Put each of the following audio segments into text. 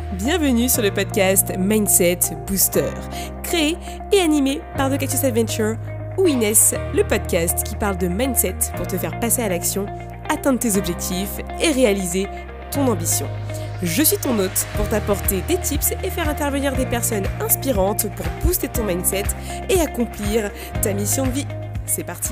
Bienvenue sur le podcast Mindset Booster, créé et animé par The Cactus Adventure ou Inès, le podcast qui parle de mindset pour te faire passer à l'action, atteindre tes objectifs et réaliser ton ambition. Je suis ton hôte pour t'apporter des tips et faire intervenir des personnes inspirantes pour booster ton mindset et accomplir ta mission de vie. C'est parti!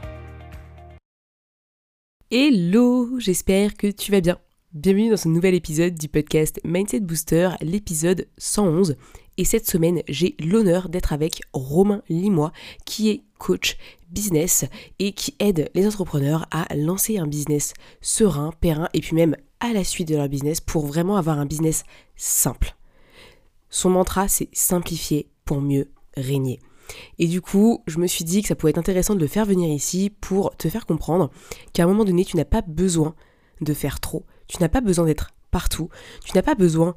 Hello, j'espère que tu vas bien. Bienvenue dans ce nouvel épisode du podcast Mindset Booster, l'épisode 111. Et cette semaine, j'ai l'honneur d'être avec Romain Limois, qui est coach business et qui aide les entrepreneurs à lancer un business serein, périn et puis même à la suite de leur business pour vraiment avoir un business simple. Son mantra, c'est simplifier pour mieux régner. Et du coup, je me suis dit que ça pouvait être intéressant de le faire venir ici pour te faire comprendre qu'à un moment donné, tu n'as pas besoin de faire trop. Tu n'as pas besoin d'être partout. Tu n'as pas besoin,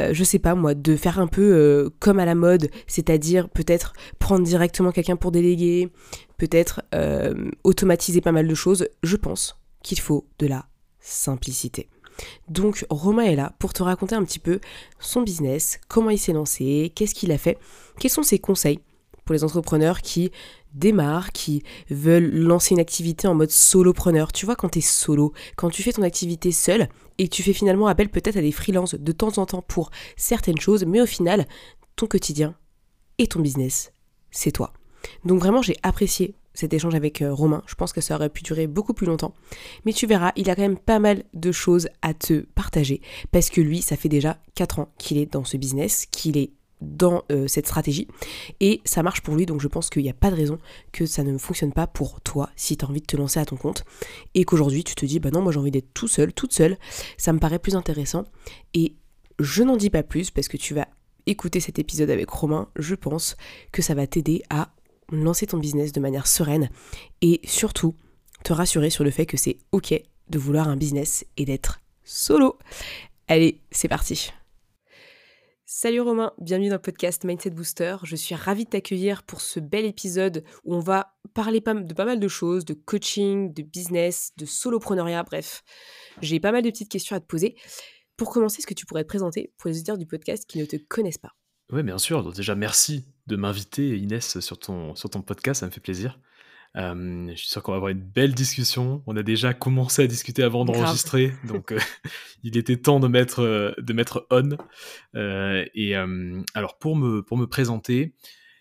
de faire un peu comme à la mode, c'est-à-dire peut-être prendre directement quelqu'un pour déléguer, peut-être automatiser pas mal de choses. Je pense qu'il faut de la simplicité. Donc Romain est là pour te raconter un petit peu son business, comment il s'est lancé, qu'est-ce qu'il a fait, quels sont ses conseils pour les entrepreneurs qui démarrent, qui veulent lancer une activité en mode solopreneur. Tu vois, quand tu es solo, quand tu fais ton activité seul et que tu fais finalement appel peut-être à des freelances de temps en temps pour certaines choses, mais au final, ton quotidien et ton business, c'est toi. Donc vraiment, j'ai apprécié cet échange avec Romain. Je pense que ça aurait pu durer beaucoup plus longtemps. Mais tu verras, il a quand même pas mal de choses à te partager parce que lui, ça fait déjà 4 ans qu'il est dans ce business, qu'il est dans cette stratégie et ça marche pour lui, donc je pense qu'il n'y a pas de raison que ça ne fonctionne pas pour toi si tu as envie de te lancer à ton compte et qu'aujourd'hui tu te dis bah non, moi j'ai envie d'être tout seul, toute seule, ça me paraît plus intéressant. Et je n'en dis pas plus parce que tu vas écouter cet épisode avec Romain. Je pense que ça va t'aider à lancer ton business de manière sereine et surtout te rassurer sur le fait que c'est ok de vouloir un business et d'être solo. Allez, c'est parti. Salut Romain, bienvenue dans le podcast Mindset Booster. Je suis ravie de t'accueillir pour ce bel épisode où on va parler de pas mal de choses, de coaching, de business, de solopreneuriat, bref. J'ai pas mal de petites questions à te poser. Pour commencer, est-ce que tu pourrais te présenter pour les auditeurs du podcast qui ne te connaissent pas ? Ouais, bien sûr. Donc déjà, merci de m'inviter, Inès, sur ton podcast, ça me fait plaisir. Je suis sûr qu'on va avoir une belle discussion. On a déjà commencé à discuter avant Grave. d'enregistrer, donc il était temps de mettre on. Alors pour me présenter,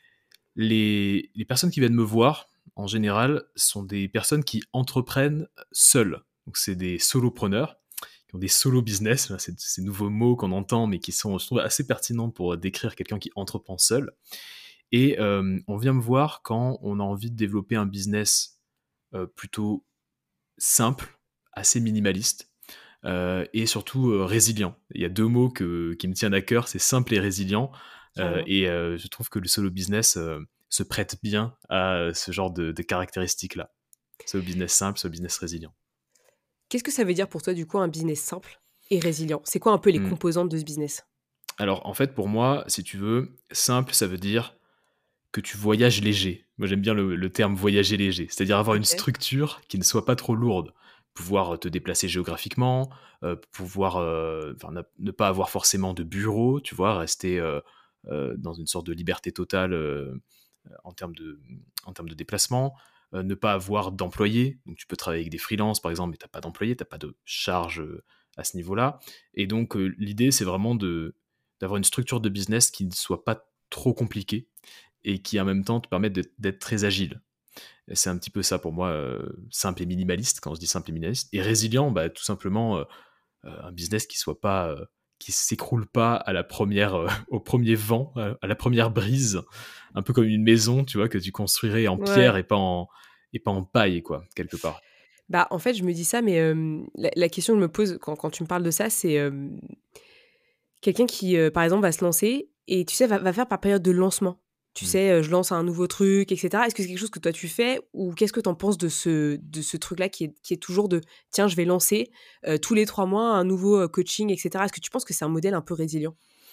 les personnes qui viennent me voir, en général, sont des personnes qui entreprennent seules. Donc c'est des solopreneurs qui ont des solo business, c'est ces nouveaux mots qu'on entend, mais qui sont, je trouve, assez pertinents pour décrire quelqu'un qui entreprend seul. Et on vient me voir quand on a envie de développer un business plutôt simple, assez minimaliste, et surtout résilient. Il y a 2 mots qui me tiennent à cœur, c'est simple et résilient. Carrément. Je trouve que le solo business se prête bien à ce genre de caractéristiques-là. Solo business simple, solo business résilient. Qu'est-ce que ça veut dire pour toi du coup un business simple et résilient ? C'est quoi un peu les Hmm. composantes de ce business ? Alors en fait, pour moi, si tu veux, simple, ça veut dire que tu voyages léger. Moi, j'aime bien le terme voyager léger, c'est-à-dire avoir une Ok. structure qui ne soit pas trop lourde. Pouvoir te déplacer géographiquement, pouvoir enfin, ne pas avoir forcément de bureau, tu vois, rester dans une sorte de liberté totale en termes de déplacement, ne pas avoir d'employés. Donc, tu peux travailler avec des freelances, par exemple, mais tu n'as pas d'employés, tu n'as pas de charge à ce niveau-là. Et donc, l'idée, c'est vraiment d'avoir une structure de business qui ne soit pas trop compliquée et qui en même temps te permettent d'être très agile. Et c'est un petit peu ça pour moi, simple et minimaliste, quand je dis simple et minimaliste. Et résilient, bah, tout simplement, un business qui s'écroule pas à la première, au premier vent, à la première brise, un peu comme une maison, tu vois, que tu construirais en Ouais. pierre et pas en paille, quoi, quelque part. Bah en fait je me dis ça, mais la question que je me pose quand tu me parles de ça, c'est quelqu'un qui, par exemple, va se lancer et tu sais, va faire par période de lancement. Tu Mmh. sais, je lance un nouveau truc, et cetera. Est-ce que c'est quelque chose que toi tu fais ou qu'est-ce que tu en penses de ce truc-là qui est toujours de: «Tiens, je vais lancer, tous les 3 mois un nouveau, coaching, et cetera». Est-ce que tu penses que c'est un modèle un peu résilient?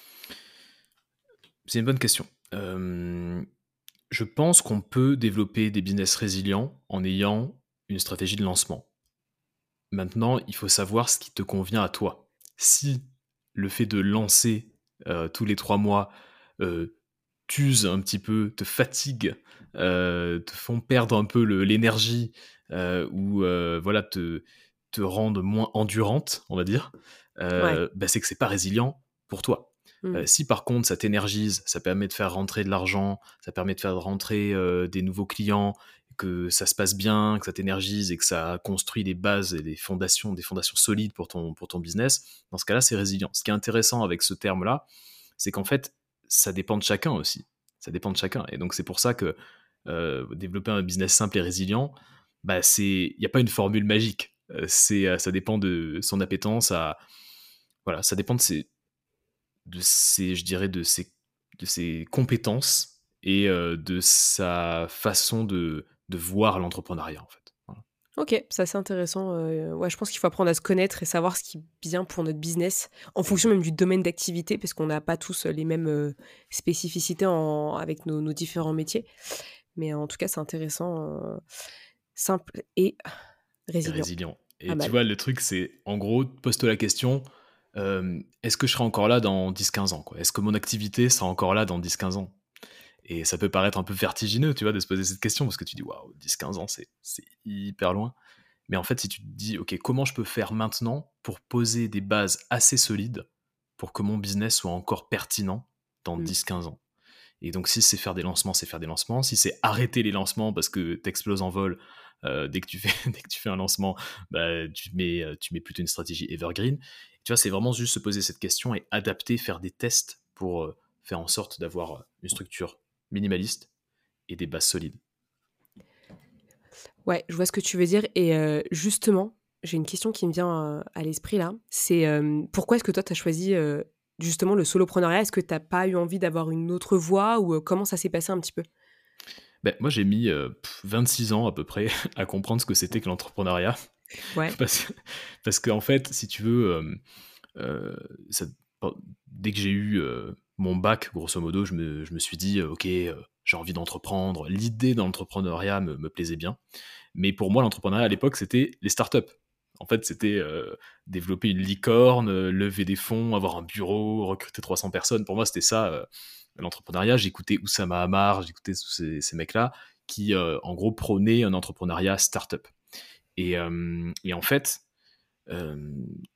C'est une bonne question. Je pense qu'on peut développer des business résilients en ayant une stratégie de lancement. Maintenant, il faut savoir ce qui te convient à toi. Si le fait de lancer tous les 3 mois t'use un petit peu, te fatigue, te font perdre un peu l'énergie ou voilà, te rendent moins endurante, on va dire, Ouais. bah, c'est que c'est pas résilient pour toi. Mmh. Si par contre ça t'énergise, ça permet de faire rentrer de l'argent, ça permet de faire rentrer des nouveaux clients, que ça se passe bien, que ça t'énergise et que ça construit des bases et des fondations solides pour ton business, dans ce cas-là, c'est résilient. Ce qui est intéressant avec ce terme-là, c'est qu'en fait, ça dépend de chacun aussi. Ça dépend de chacun. Et donc, c'est pour ça que développer un business simple et résilient, bah, il n'y a pas une formule magique. Ça dépend de son appétence voilà, ça dépend je dirais, de ses compétences et de sa façon de voir l'entrepreneuriat, en fait. Voilà. OK, c'est assez intéressant, ouais, je pense qu'il faut apprendre à se connaître et savoir ce qui est bien pour notre business, en fonction même du domaine d'activité, parce qu'on n'a pas tous, les mêmes, spécificités avec nos différents métiers. Mais en tout cas, c'est intéressant, simple et Et résilient. résilient. Pas Et tu mal. vois, le truc, c'est, en gros, pose-toi la question, est-ce que je serai encore là dans 10-15 ans, quoi? Est-ce que mon activité sera encore là dans 10-15 ans? Et ça peut paraître un peu vertigineux, tu vois, de se poser cette question, parce que tu dis, waouh, 10-15 ans, c'est hyper loin. Mais en fait, si tu te dis, ok, comment je peux faire maintenant pour poser des bases assez solides pour que mon business soit encore pertinent dans Mmh. 10-15 ans? Et donc, si c'est faire des lancements, c'est faire des lancements. Si c'est arrêter les lancements parce que t'exploses en vol dès que tu fais, dès que tu fais un lancement, bah, tu mets plutôt une stratégie evergreen. Tu vois, c'est vraiment juste se poser cette question et adapter, faire des tests pour faire en sorte d'avoir une structure minimaliste et des bases solides. Ouais, je vois ce que tu veux dire et justement, j'ai une question qui me vient, à l'esprit là. C'est, pourquoi est-ce que toi tu as choisi, justement le solopreneuriat? Est-ce que tu as pas eu envie d'avoir une autre voie ou, comment ça s'est passé un petit peu? Ben, moi, j'ai mis 26 ans à peu près à comprendre ce que c'était que l'entrepreneuriat. Ouais. Parce, parce qu'en fait, si tu veux, euh, ça- dès que j'ai eu mon bac, grosso modo, je me suis dit, ok, j'ai envie d'entreprendre. L'idée d'entrepreneuriat me plaisait bien. Mais pour moi, l'entrepreneuriat à l'époque, c'était les startups. En fait, c'était développer une licorne, lever des fonds, avoir un bureau, recruter 300 personnes. Pour moi, c'était ça, l'entrepreneuriat. J'écoutais Oussama Hamar, j'écoutais tous ces mecs-là qui, en gros, prônaient un entrepreneuriat startup. Et en fait, euh,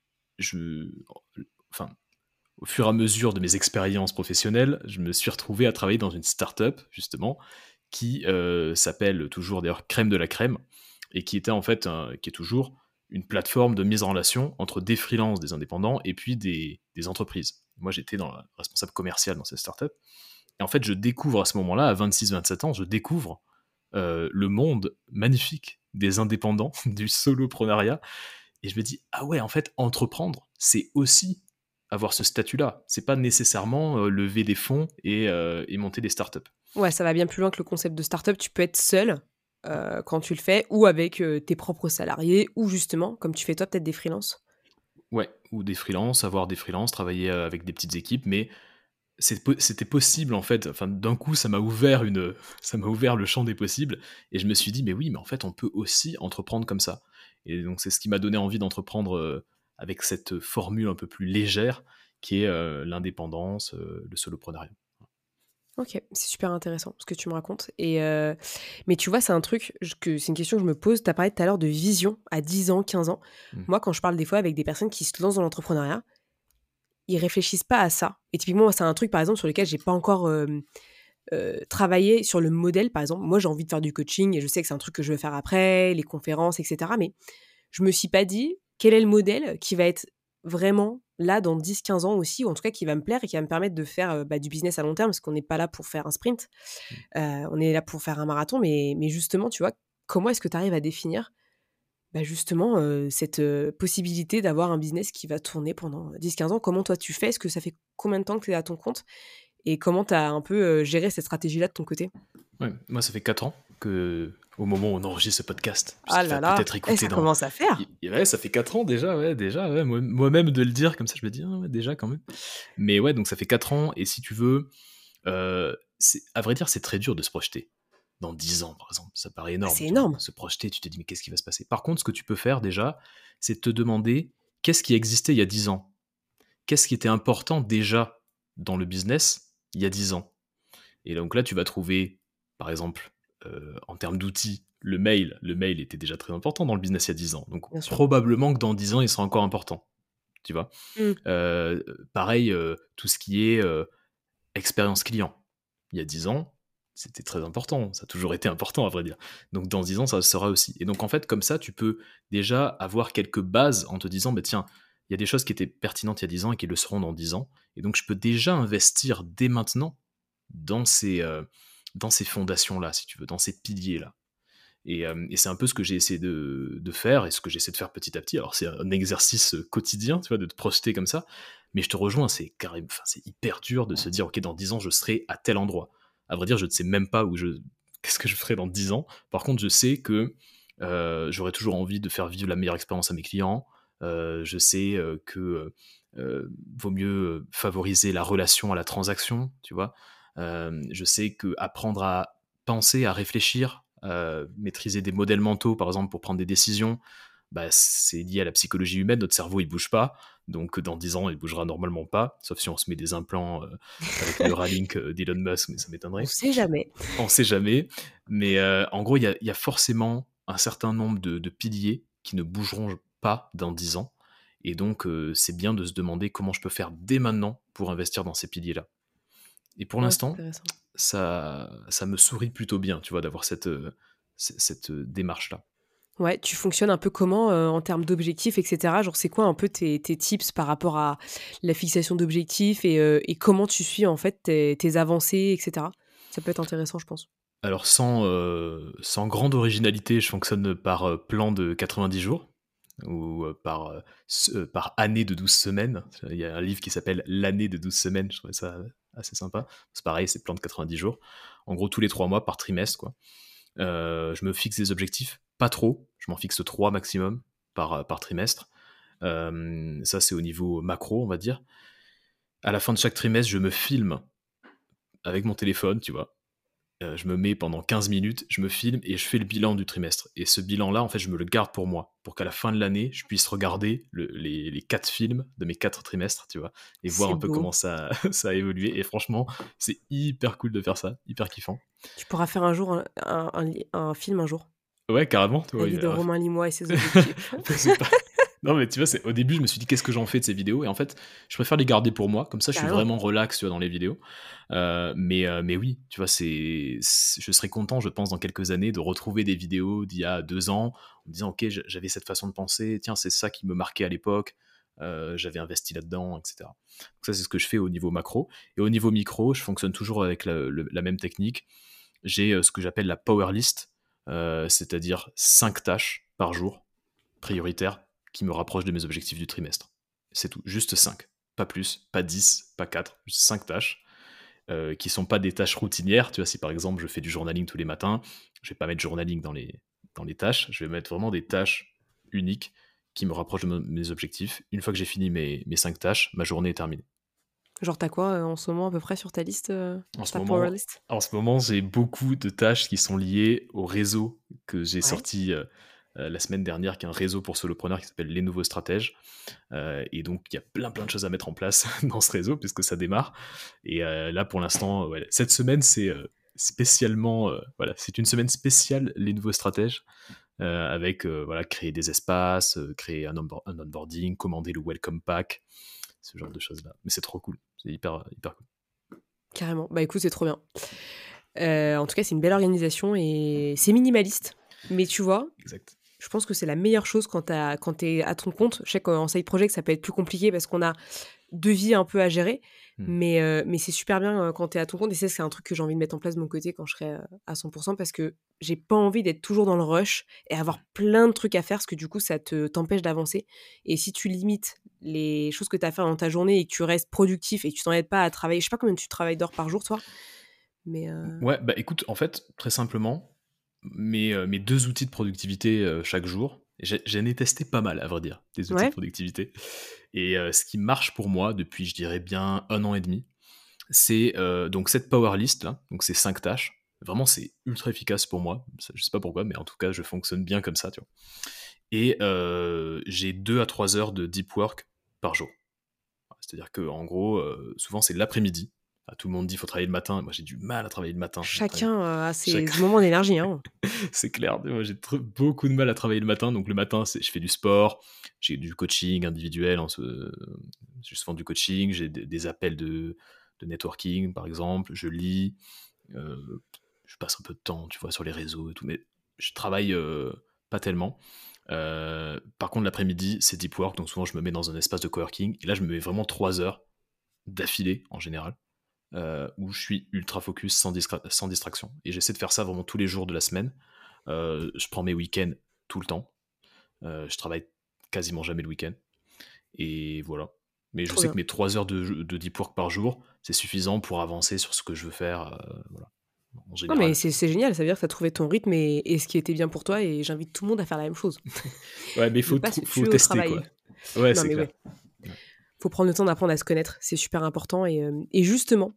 je, enfin, au fur et à mesure de mes expériences professionnelles, je me suis retrouvé à travailler dans une startup, justement, qui s'appelle toujours d'ailleurs Crème de la Crème, et qui était en fait, qui est toujours une plateforme de mise en relation entre des freelances, des indépendants, et puis des entreprises. Moi, j'étais responsable commercial dans cette startup. Et en fait, je découvre à ce moment-là, à 26-27 ans, je découvre le monde magnifique des indépendants, du soloprenariat, et je me dis, ah ouais, en fait, entreprendre, c'est aussi avoir ce statut-là. C'est pas nécessairement lever des fonds et monter des startups. Ouais, ça va bien plus loin que le concept de start-up. Tu peux être seul, quand tu le fais ou avec, tes propres salariés ou justement, comme tu fais toi, peut-être des freelances. Ouais, ou des freelances, avoir des freelances, travailler avec des petites équipes, mais c'était possible en fait. Enfin, d'un coup, ça m'a ouvert le champ des possibles, et je me suis dit, mais oui, mais en fait, on peut aussi entreprendre comme ça. Et donc, c'est ce qui m'a donné envie d'entreprendre avec cette formule un peu plus légère, qui est l'indépendance, le soloprenariat. OK, c'est super intéressant ce que tu me racontes et mais tu vois, c'est un truc c'est une question que je me pose. Tu as parlé tout à l'heure de vision à 10 ans, 15 ans. Mm. Moi, quand je parle des fois avec des personnes qui se lancent dans l'entrepreneuriat, ils réfléchissent pas à ça et typiquement, moi, c'est un truc, par exemple, sur lequel j'ai pas encore, travaillé sur le modèle. Par exemple, moi, j'ai envie de faire du coaching et je sais que c'est un truc que je veux faire après, les conférences et cetera, mais je me suis pas dit: «Quel est le modèle qui va être vraiment là dans 10-15 ans aussi?» ou en tout cas qui va me plaire et qui va me permettre de faire, bah, du business à long terme parce qu'on n'est pas là pour faire un sprint. On est là pour faire un marathon, mais justement, tu vois, comment est-ce que tu arrives à définir, bah, justement, cette, possibilité d'avoir un business qui va tourner pendant 10-15 ans? Comment toi tu fais? Est-ce que ça fait combien de temps que tu es à ton compte? Et comment tu as un peu, géré cette stratégie-là de ton côté? Ouais, moi, ça fait 4 ans que, au moment où on enregistre ce podcast, Ah puisqu'il là va là! peut-être Eh, écouter ça dans. commence à faire! Ouais, ça fait 4 ans déjà, ouais, moi-même de le dire comme ça, je me dis, ah ouais, déjà quand même. Mais ouais, donc ça fait 4 ans, et si tu veux, à vrai dire, c'est très dur de se projeter. Dans 10 ans, par exemple, ça paraît Bah, énorme, c'est tu vois. énorme! Se projeter, tu te dis, mais qu'est-ce qui va se passer? Par contre, ce que tu peux faire déjà, c'est te demander qu'est-ce qui existait il y a 10 ans? qu'est-ce qui était important déjà dans le business il y a 10 ans. Et donc là, tu vas trouver, par exemple, en termes d'outils, le mail. Le mail était déjà très important dans le business il y a 10 ans. Donc Bien sûr. probablement que dans 10 ans, il sera encore important. Tu vois. Mm. Pareil, tout ce qui est expérience client. Il y a 10 ans, c'était très important. Ça a toujours été important, à vrai dire. Donc dans 10 ans, ça sera aussi. Et donc en fait, comme ça, tu peux déjà avoir quelques bases en te disant, bah, tiens, il y a des choses qui étaient pertinentes il y a 10 ans et qui le seront dans 10 ans. Et donc je peux déjà investir dès maintenant dans ces fondations-là, si tu veux, dans ces piliers-là. Et c'est un peu ce que j'ai essayé de faire et ce que j'essaie de faire petit à petit. Alors c'est un exercice quotidien, tu vois, de te projeter comme ça. Mais je te rejoins, c'est carrément, enfin, c'est hyper dur de se dire, ok, dans 10 ans, je serai à tel endroit. À vrai dire, je ne sais même pas qu'est-ce que je ferai dans 10 ans. Par contre, je sais que j'aurai toujours envie de faire vivre la meilleure expérience à mes clients. Je sais que vaut mieux favoriser la relation à la transaction, tu vois. Je sais que apprendre à penser, à réfléchir, maîtriser des modèles mentaux, par exemple, pour prendre des décisions, bah, c'est lié à la psychologie humaine. Notre cerveau, il bouge pas. Donc, dans 10 ans, il bougera normalement pas. Sauf si on se met des implants avec Neuralink d'Elon Musk, mais ça On m'étonnerait. sait jamais. On sait jamais. Mais en gros, il y a forcément un certain nombre de piliers qui ne bougeront pas dans 10 ans. Et donc, c'est bien de se demander comment je peux faire dès maintenant pour investir dans ces piliers-là. Et pour Ouais, c'est l'instant, intéressant. ça me sourit plutôt bien, tu vois, d'avoir cette démarche-là. Ouais, tu fonctionnes un peu comment en termes d'objectifs, etc. Genre, c'est quoi un peu tes tips par rapport à la fixation d'objectifs et comment tu suis en fait tes avancées, etc. Ça peut être intéressant, je pense. Alors, sans grande originalité, je fonctionne par plan de 90 jours ou par année de 12 semaines. Il y a un livre qui s'appelle L'année de 12 semaines, je trouvais ça assez sympa. C'est pareil, c'est plan de 90 jours. En gros, tous les 3 mois par trimestre, quoi. Je me fixe des objectifs, pas trop, je m'en fixe 3 maximum par trimestre. Ça, c'est au niveau macro, on va dire. À la fin de chaque trimestre, je me filme avec mon téléphone, tu vois. Je me mets pendant 15 minutes, je me filme et je fais le bilan du trimestre. Et ce bilan-là, en fait, je me le garde pour moi, pour qu'à la fin de l'année, je puisse regarder les 4 films de mes 4 trimestres, tu vois, et voir C'est un peu beau. comment ça, ça a évolué. Et franchement, c'est hyper cool de faire ça, hyper kiffant. Tu pourras faire un jour un film un jour. Ouais, carrément, La toi. vie de Romain Limois et ses objectifs. En fait, c'est pas... Non, mais tu vois, au début, je me suis dit, qu'est-ce que j'en fais de ces vidéos? Et en fait, je préfère les garder pour moi. Comme ça, je suis Carrément. vraiment relax, tu vois, dans les vidéos. Mais oui, tu vois, je serais content, je pense, dans quelques années, de retrouver des vidéos d'il y a 2 ans, en me disant, ok, j'avais cette façon de penser, tiens, c'est ça qui me marquait à l'époque, j'avais investi là-dedans, etc. Donc ça, c'est ce que je fais au niveau macro. Et au niveau micro, je fonctionne toujours avec la même technique. J'ai ce que j'appelle la power list, c'est-à-dire 5 tâches par jour, prioritaires, qui me rapprochent de mes objectifs du trimestre. C'est tout, juste 5. Pas plus, pas 10, pas 4, juste 5 tâches, qui sont pas des tâches routinières. Tu vois, si par exemple je fais du journaling tous les matins, je vais pas mettre journaling dans les tâches, je vais mettre vraiment des tâches uniques qui me rapprochent de mes objectifs. Une fois que j'ai fini mes 5 tâches, ma journée est terminée. Genre, t'as quoi en ce moment à peu près sur ta liste, En ce ta power moment, list? j'ai beaucoup de tâches qui sont liées au réseau que j'ai Ouais. sorti la semaine dernière, qui est un réseau pour solopreneurs qui s'appelle Les Nouveaux Stratèges. Et donc, il y a plein de choses à mettre en place dans ce réseau, puisque ça démarre. Et là, pour l'instant, ouais, cette semaine, c'est spécialement... voilà, c'est une semaine spéciale Les Nouveaux Stratèges, avec voilà, créer des espaces, créer un onboarding, commander le welcome pack, ce genre de choses-là. Mais c'est trop cool, c'est hyper cool. Carrément. Bah écoute, c'est trop bien. En tout cas, c'est une belle organisation et c'est minimaliste. Mais tu vois, Exact. je pense que c'est la meilleure chose quand t'es à ton compte. Je sais qu'en side project, ça peut être plus compliqué parce qu'on a 2 vies un peu à gérer. Hmm. Mais c'est super bien quand t'es à ton compte. Et ça, c'est un truc que j'ai envie de mettre en place de mon côté quand je serai à 100% parce que j'ai pas envie d'être toujours dans le rush et avoir plein de trucs à faire parce que du coup, ça t'empêche d'avancer. Et si tu limites les choses que tu as à faire dans ta journée et que tu restes productif et que tu t'en aides pas à travailler, je sais pas combien tu travailles d'heures par jour, toi, mais Ouais, bah écoute, en fait, très simplement, mes 2 outils de productivité chaque jour, j'en ai testé pas mal, à vrai dire, des outils de ouais, productivité. Et ce qui marche pour moi depuis, je dirais bien 1 an et demi, c'est donc cette power list là, donc ces 5 tâches. Vraiment, c'est ultra efficace pour moi. Je sais pas pourquoi, mais en tout cas, je fonctionne bien comme ça, tu vois. Et j'ai 2 à 3 heures de deep work par jour. C'est-à-dire que en gros, souvent c'est l'après-midi. Enfin, tout le monde dit qu'il faut travailler le matin. Moi, j'ai du mal à travailler le matin. Chacun a ses Chaque- moments d'énergie, hein. C'est clair. Moi, j'ai beaucoup de mal à travailler le matin. Donc le matin, je fais du sport, j'ai du coaching individuel, j'ai souvent du coaching, j'ai des appels de networking, par exemple. Je lis, euh, je passe un peu de temps, tu vois, sur les réseaux et tout, mais je travaille pas tellement. Par contre, l'après-midi, c'est deep work, donc souvent je me mets dans un espace de coworking, et là je me mets vraiment 3 heures d'affilée en général, où je suis ultra focus, sans distraction. Et j'essaie de faire ça vraiment tous les jours de la semaine. Je prends mes week-ends tout le temps. Je travaille quasiment jamais le week-end. Et voilà. Mais je Trop sais que bien. mes 3 heures de deep work par jour, c'est suffisant pour avancer sur ce que je veux faire. Voilà. En Non, mais général. c'est génial, ça veut dire que tu as trouvé ton rythme et ce qui était bien pour toi, et j'invite tout le monde à faire la même chose. Ouais, mais De pas se faut tuer au tester, travail. quoi. Ouais, Non, c'est mais clair. ouais, Ouais. faut prendre le temps d'apprendre à se connaître, c'est super important. Et justement,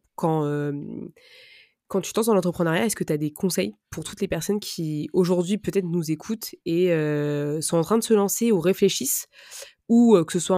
quand tu te lances dans l'entrepreneuriat, est-ce que tu as des conseils pour toutes les personnes qui, aujourd'hui, peut-être nous écoutent et sont en train de se lancer ou réfléchissent, ou que ce soit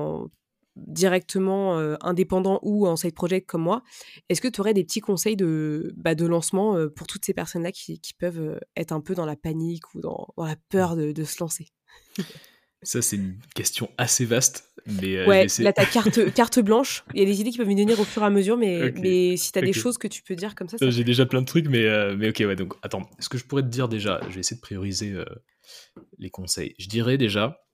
directement indépendant ou en side project comme moi? Est-ce que tu aurais des petits conseils de lancement pour toutes ces personnes-là qui peuvent être un peu dans la panique ou dans la peur de se lancer? Ça, c'est une question assez vaste, mais je vais Ouais, là, essayer. t'as carte blanche. Il y a des idées qui peuvent me venir au fur et à mesure, mais, Ok, mais si t'as des ok. choses que tu peux dire comme ça J'ai peut. déjà plein de trucs, mais ok, ouais, donc attends. Ce que je pourrais te dire déjà, je vais essayer de prioriser les conseils. Je dirais déjà,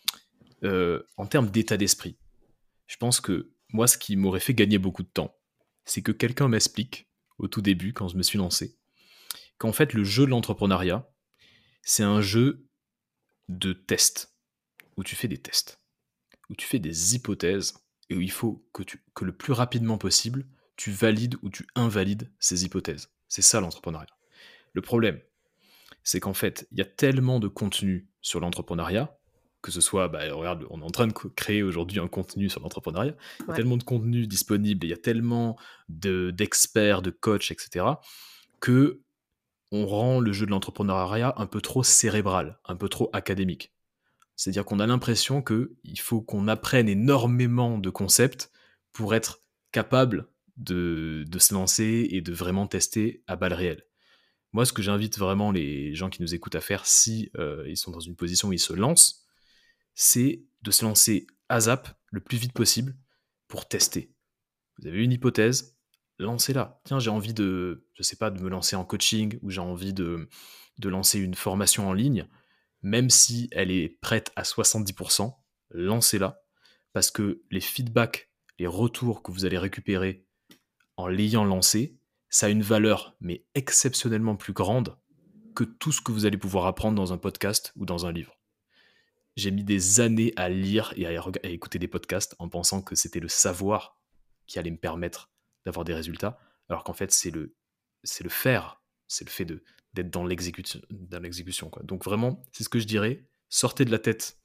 en termes d'état d'esprit, je pense que moi, ce qui m'aurait fait gagner beaucoup de temps, c'est que quelqu'un m'explique, au tout début, quand je me suis lancé, qu'en fait, le jeu de l'entrepreneuriat, c'est un jeu de tests, où tu fais des tests, où tu fais des hypothèses, et où il faut que le plus rapidement possible, tu valides ou tu invalides ces hypothèses. C'est ça l'entrepreneuriat. Le problème, c'est qu'en fait, il y a tellement de contenu sur l'entrepreneuriat, que ce soit, bah, regarde, on est en train de créer aujourd'hui un contenu sur l'entrepreneuriat, il y a Ouais. tellement de contenu disponible, il y a tellement d'experts, de coachs, etc., que on rend le jeu de l'entrepreneuriat un peu trop cérébral, un peu trop académique. C'est-à-dire qu'on a l'impression qu'il faut qu'on apprenne énormément de concepts pour être capable de se lancer et de vraiment tester à balles réelles. Moi, ce que j'invite vraiment les gens qui nous écoutent à faire si ils sont dans une position où ils se lancent, c'est de se lancer à zap le plus vite possible pour tester. Vous avez une hypothèse, lancez-la. Tiens, j'ai envie je sais pas, de me lancer en coaching ou j'ai envie de lancer une formation en ligne, même si elle est prête à 70%, lancez-la parce que les feedbacks, les retours que vous allez récupérer en l'ayant lancé, ça a une valeur mais exceptionnellement plus grande que tout ce que vous allez pouvoir apprendre dans un podcast ou dans un livre. J'ai mis des années à lire et à écouter des podcasts en pensant que c'était le savoir qui allait me permettre d'avoir des résultats, alors qu'en fait c'est le faire, c'est le fait d'être dans l'exécution, quoi. Donc vraiment, c'est ce que je dirais. Sortez de la tête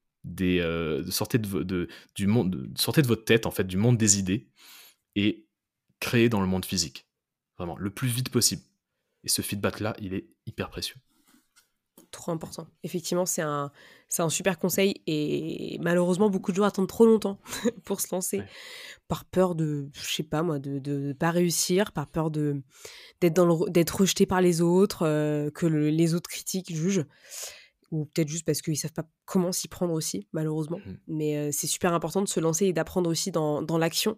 sortez du monde, sortez de votre tête en fait, du monde des idées et créez dans le monde physique, vraiment le plus vite possible. Et ce feedback là, il est hyper précieux. Trop important. Effectivement, c'est un super conseil, et malheureusement, beaucoup de gens attendent trop longtemps pour se lancer, Ouais. par peur je sais pas moi, de pas réussir, par peur d'être rejeté par les autres, que les autres critiquent, jugent, ou peut-être juste parce qu'ils savent pas comment s'y prendre aussi, malheureusement. Mhm. Mais c'est super important de se lancer et d'apprendre aussi dans l'action,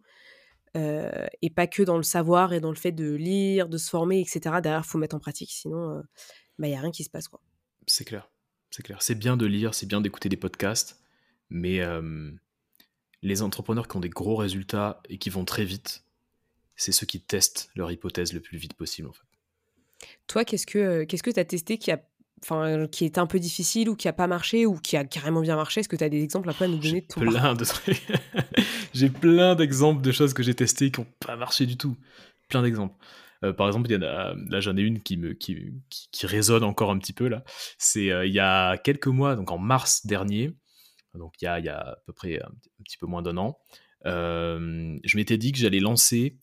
et pas que dans le savoir et dans le fait de lire, de se former, etc. Derrière, faut mettre en pratique, sinon, bah, y a rien qui se passe, quoi. C'est clair, c'est clair. C'est bien de lire, c'est bien d'écouter des podcasts, mais les entrepreneurs qui ont des gros résultats et qui vont très vite, c'est ceux qui testent leur hypothèse le plus vite possible, en fait. Toi, qu'est-ce que tu as testé qui est un peu difficile, ou qui a pas marché, ou qui a carrément bien marché? Est-ce que tu as des exemples un peu à nous J'ai donner de ton plein parcours? de trucs. J'ai plein d'exemples de choses que j'ai testées qui n'ont pas marché du tout. Plein d'exemples. Par exemple, là j'en ai une qui résonne encore un petit peu là. C'est il y a quelques mois, donc en mars dernier, donc il y a à peu près un petit peu moins d'un an, je m'étais dit que j'allais lancer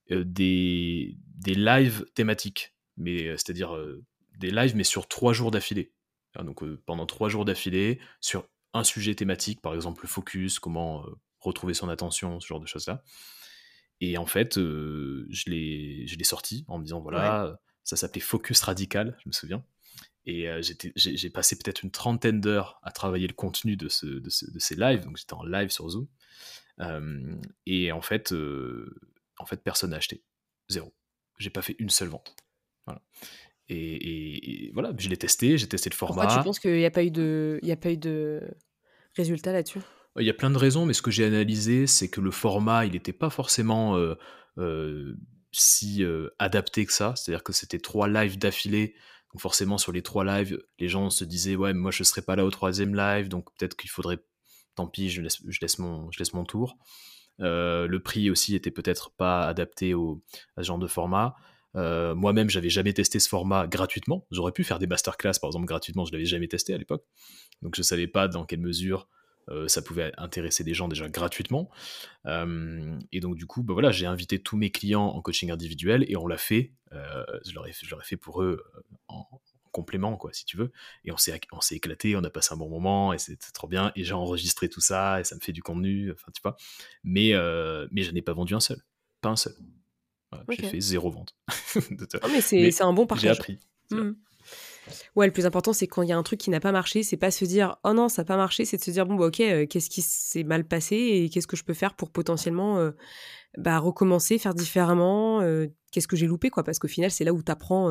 des lives thématiques, mais c'est-à-dire des lives mais sur 3 jours d'affilée. Donc pendant 3 jours d'affilée, sur un sujet thématique, par exemple le focus, comment retrouver son attention, ce genre de choses-là. Et en fait, je l'ai sorti en me disant, Ouais. voilà, ça s'appelait Focus Radical, je me souviens. Et j'ai passé peut-être une trentaine d'heures à travailler le contenu de ces lives, donc j'étais en live sur Zoom. Et en fait, personne n'a acheté. Zéro. J'ai pas fait une seule vente. Voilà. Et voilà, je l'ai testé, j'ai testé le Pourquoi tu format. penses qu'il y a pas eu de résultat là-dessus? Il y a plein de raisons, mais ce que j'ai analysé, c'est que le format, il n'était pas forcément si adapté que ça. C'est-à-dire que c'était 3 lives d'affilée. Donc forcément, sur les 3 lives, les gens se disaient, ouais, mais moi, je ne serai pas là au troisième live, donc peut-être qu'il faudrait, tant pis, je laisse mon tour. Le prix aussi était peut-être pas adapté à ce genre de format. Moi-même, j'avais jamais testé ce format gratuitement. J'aurais pu faire des masterclass, par exemple, gratuitement. Je l'avais jamais testé à l'époque. Donc je savais pas dans quelle mesure ça pouvait intéresser des gens déjà gratuitement. Et donc du coup, bah voilà, j'ai invité tous mes clients en coaching individuel et on l'a fait. Je leur ai fait pour eux en complément, quoi, si tu veux. Et on s'est éclaté, on a passé un bon moment et c'était trop bien. Et j'ai enregistré tout ça et ça me fait du contenu, enfin tu vois. Mais je n'ai pas vendu un seul, pas un seul. Voilà, j'ai OK. fait 0 vente. Non, mais c'est Mais un bon j'ai partage. appris. Tu vois. Mmh. Ouais, le plus important, c'est quand il y a un truc qui n'a pas marché, c'est pas se dire: «Oh non, ça a pas marché», c'est de se dire: «Bon, bah, OK, qu'est-ce qui s'est mal passé et qu'est-ce que je peux faire pour potentiellement, bah, recommencer, faire différemment, qu'est-ce que j'ai loupé, quoi?» Parce qu'au final, c'est là où tu apprends,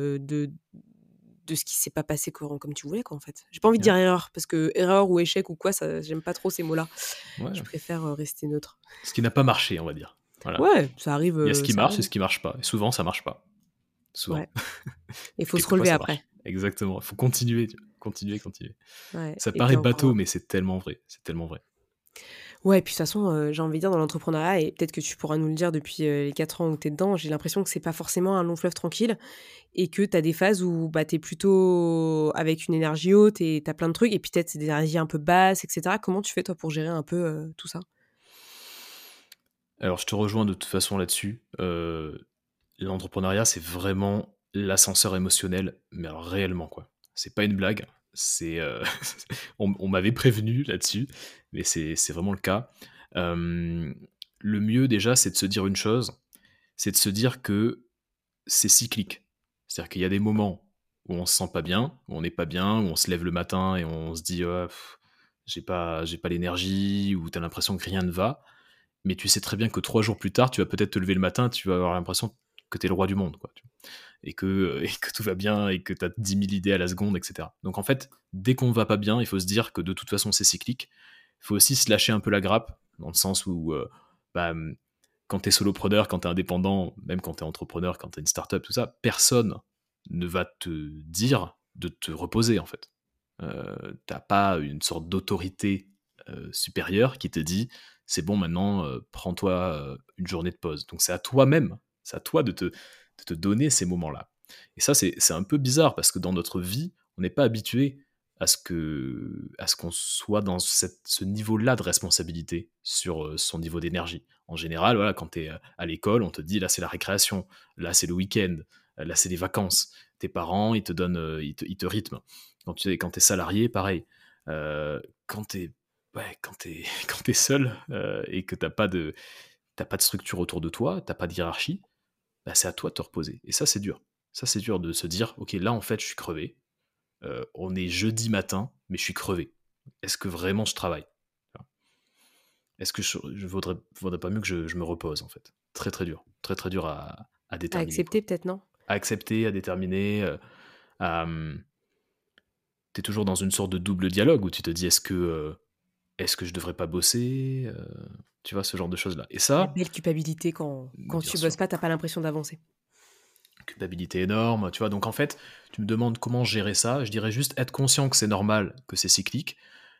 de ce qui s'est pas passé comme tu voulais, quoi, en fait. J'ai pas envie de Ouais. dire erreur parce que erreur ou échec ou quoi, ça j'aime pas trop ces mots-là. Je Ouais. préfère, rester neutre. Ce qui n'a pas marché, on va dire. Voilà. Ouais, ça arrive, Il y a ce qui ça marche et arrive. ce qui marche pas. Et souvent, ça marche pas. Ouais, Souvent. il faut se Quelquefois, relever ça après. marche. Exactement. Il faut continuer, tu vois. Continuer, continuer. Ouais Ça et puis paraît encore bateau, mais c'est tellement vrai. C'est tellement vrai. ouais, et puis de toute façon, j'ai envie de dire dans l'entrepreneuriat et peut-être que tu pourras nous le dire depuis, les 4 ans où tu es dedans, j'ai l'impression que c'est pas forcément un long fleuve tranquille et que tu as des phases où, bah, tu es plutôt avec une énergie haute et tu as plein de trucs et puis peut-être c'est des énergies un peu basses et cetera. Comment tu fais toi pour gérer un peu, tout ça? Alors, je te rejoins de toute façon là-dessus. L'entrepreneuriat, c'est vraiment l'ascenseur émotionnel, mais alors réellement, quoi. C'est pas une blague. C'est, on m'avait prévenu là-dessus, mais c'est vraiment le cas. Hem, le mieux déjà, c'est de se dire une chose, c'est de se dire que c'est cyclique. C'est-à-dire qu'il y a des moments où on se sent pas bien, où on n'est pas bien, où on se lève le matin et on se dit: «Oh, j'ai pas l'énergie», ou tu as l'impression que rien ne va. Mais tu sais très bien que 3 jours plus tard, tu vas peut-être te lever le matin, tu vas avoir l'impression que tu es le roi du monde, quoi, tu vois? Et que tout va bien et que tu as 10 000 idées à la seconde, et cetera. Donc en fait, dès qu'on ne va pas bien, il faut se dire que de toute façon, c'est cyclique. Il faut aussi se lâcher un peu la grappe, dans le sens où, bah, quand tu es solopreneur, quand tu es indépendant, même quand tu es entrepreneur, quand tu as une startup, tout ça, personne ne va te dire de te reposer, en fait. Tu pas une sorte d'autorité, supérieure qui te dit: «C'est bon maintenant, prends-toi, une journée de pause». Donc c'est à toi-même, c'est à toi de te donner ces moments-là. Et ça, c'est un peu bizarre parce que dans notre vie, on n'est pas habitué à ce qu'on soit dans ce niveau-là de responsabilité sur, son niveau d'énergie. En général, voilà, quand tu es, à l'école, on te dit: «Là, c'est la récréation, là, c'est le week-end, là, c'est les vacances». Tes parents, ils te donnent, ils te rythment. Quand tu es salarié, pareil. Quand tu es Ouais, quand tu seul, et que t'as pas de structure autour de toi, t'as pas de hiérarchie, bah, c'est à toi de te reposer. Et ça, c'est dur. Ça, c'est dur de se dire: «OK, là, en fait, je suis crevé. On est jeudi matin, mais je suis crevé. Est-ce que vraiment je travaille?» Est-ce que je vaudrait pas mieux que je me repose, en fait? Très, très dur. Très, très dur à À déterminer, quoi. accepter peut-être, non? À accepter, à déterminer, à, tu toujours dans une sorte de double dialogue où tu te dis: «Est-ce que je devrais pas bosser?» Tu vois? Ce genre de choses-là. Et La ça, belle culpabilité quand bien tu bosses sûr, pas, tu pas l'impression d'avancer. culpabilité énorme, tu vois? Donc en fait, tu me demandes comment gérer ça, je dirais juste être conscient que c'est normal, que c'est cyclique.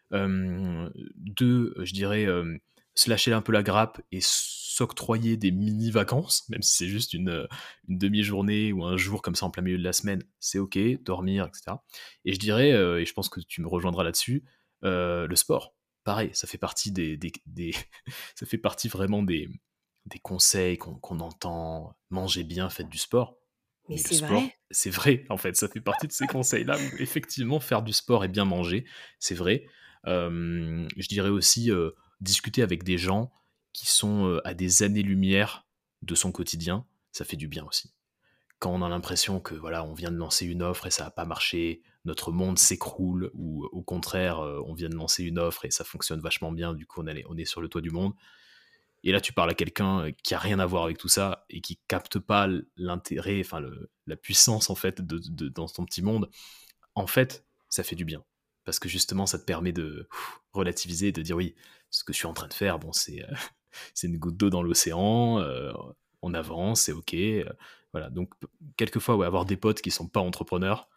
2, je dirais, se lâcher un peu la grappe et s'octroyer des mini vacances, même si c'est juste une demi-journée ou un jour comme ça en plein milieu de la semaine, c'est OK, dormir, et cetera. Et je dirais, et je pense que tu me rejoindras là-dessus, le sport. Pareil, ça fait partie des ça fait partie vraiment des conseils qu'on entend: «Mangez bien, faites du sport». Mais Mais le c'est vrai? sport, c'est vrai, en fait, ça fait partie de ces conseils-là où effectivement faire du sport et bien manger, c'est vrai. Je dirais aussi, discuter avec des gens qui sont à des années-lumière de son quotidien, ça fait du bien aussi. Quand on a l'impression que voilà, on vient de lancer une offre et ça n'a pas marché, notre monde s'écroule, ou au contraire, on vient de lancer une offre et ça fonctionne vachement bien, du coup on est sur le toit du monde. Et là, tu parles à quelqu'un qui a rien à voir avec tout ça et qui capte pas l'intérêt, enfin la puissance en fait dans ton petit monde. En fait, ça fait du bien parce que justement, ça te permet de relativiser, de dire oui, ce que je suis en train de faire, bon, c'est une goutte d'eau dans l'océan. On avance, c'est ok. Voilà. Donc quelquefois, ouais, avoir des potes qui sont pas entrepreneurs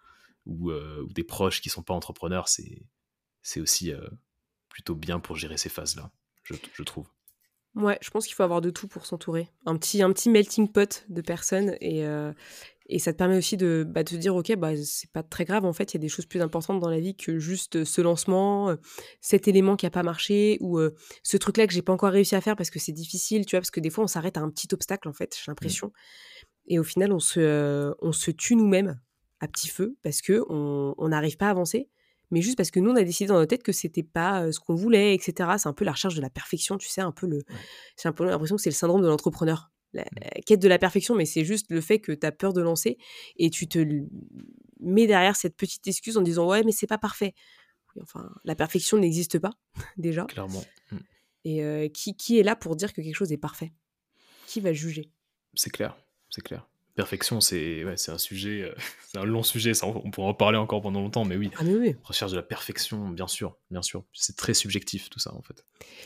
ou des proches qui sont pas entrepreneurs, c'est aussi plutôt bien pour gérer ces phases-là, je trouve. Ouais, je pense qu'il faut avoir de tout pour s'entourer. Un petit melting pot de personnes et ça te permet aussi de te dire ok, c'est pas très grave, en fait, il y a des choses plus importantes dans la vie que juste ce lancement, cet élément qui a pas marché ou ce truc-là que j'ai pas encore réussi à faire parce que c'est difficile, tu vois, parce que des fois on s'arrête à un petit obstacle, en fait, j'ai Mm. l'impression. Et au final, on se tue nous-mêmes à petit feu parce que on n'arrive pas à avancer, mais juste parce que nous, on a décidé dans notre tête que c'était pas ce qu'on voulait, etc. C'est un peu la recherche de la perfection, tu sais, un peu Ouais. j'ai un peu l'impression que c'est le syndrome de l'entrepreneur. La Mm. quête de la perfection, mais c'est juste le fait que tu as peur de lancer et tu te mets derrière cette petite excuse en disant ouais, mais c'est pas parfait. Oui, enfin, la perfection n'existe pas déjà. Clairement. Mm. Et qui est là pour dire que quelque chose est parfait? Qui va juger? C'est clair, c'est clair. Perfection, c'est un sujet, c'est un long sujet, ça, on pourra en parler encore pendant longtemps, mais oui, Ah mais oui. recherche de la perfection, bien sûr, bien sûr. C'est très subjectif tout ça en fait.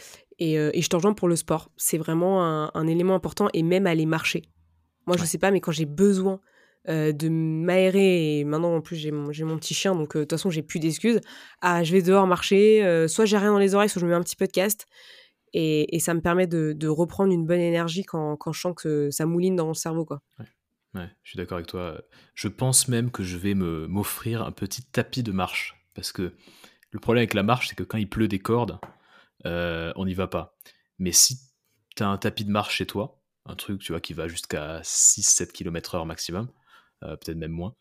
Et je te rejoins pour le sport. C'est vraiment un élément important et même aller marcher. Moi, je Ouais. sais pas, mais quand j'ai besoin de m'aérer et maintenant en plus j'ai mon petit chien donc de toute façon j'ai plus d'excuses. Ah, je vais dehors marcher, soit j'ai rien dans les oreilles, soit je me mets un petit podcast et ça me permet de reprendre une bonne énergie quand je sens que ça mouline dans mon cerveau, quoi. Ouais, ouais, je suis d'accord avec toi. Je pense même que je vais m'offrir un petit tapis de marche. Parce que le problème avec la marche, c'est que quand il pleut des cordes, on n'y va pas. Mais si tu as un tapis de marche chez toi, un truc tu vois, qui va jusqu'à 6-7 km/h maximum, peut-être même moins,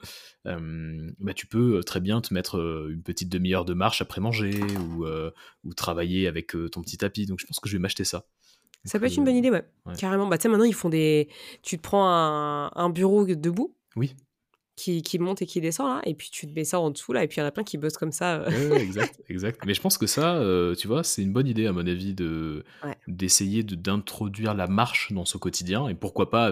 tu peux très bien te mettre une petite demi-heure de marche après manger ou travailler avec ton petit tapis. Donc je pense que je vais m'acheter ça. Ça Donc, peut être une bonne idée, ouais, ouais. carrément. Tu sais, maintenant, ils font tu te prends un bureau debout Oui, qui monte et qui descend, là, et puis tu te mets ça en dessous, là, et puis il y en a plein qui bossent comme ça. ouais, ouais, exact, exact. Mais je pense que ça, tu vois, c'est une bonne idée à mon avis Ouais, d'essayer d'introduire la marche dans son quotidien et pourquoi pas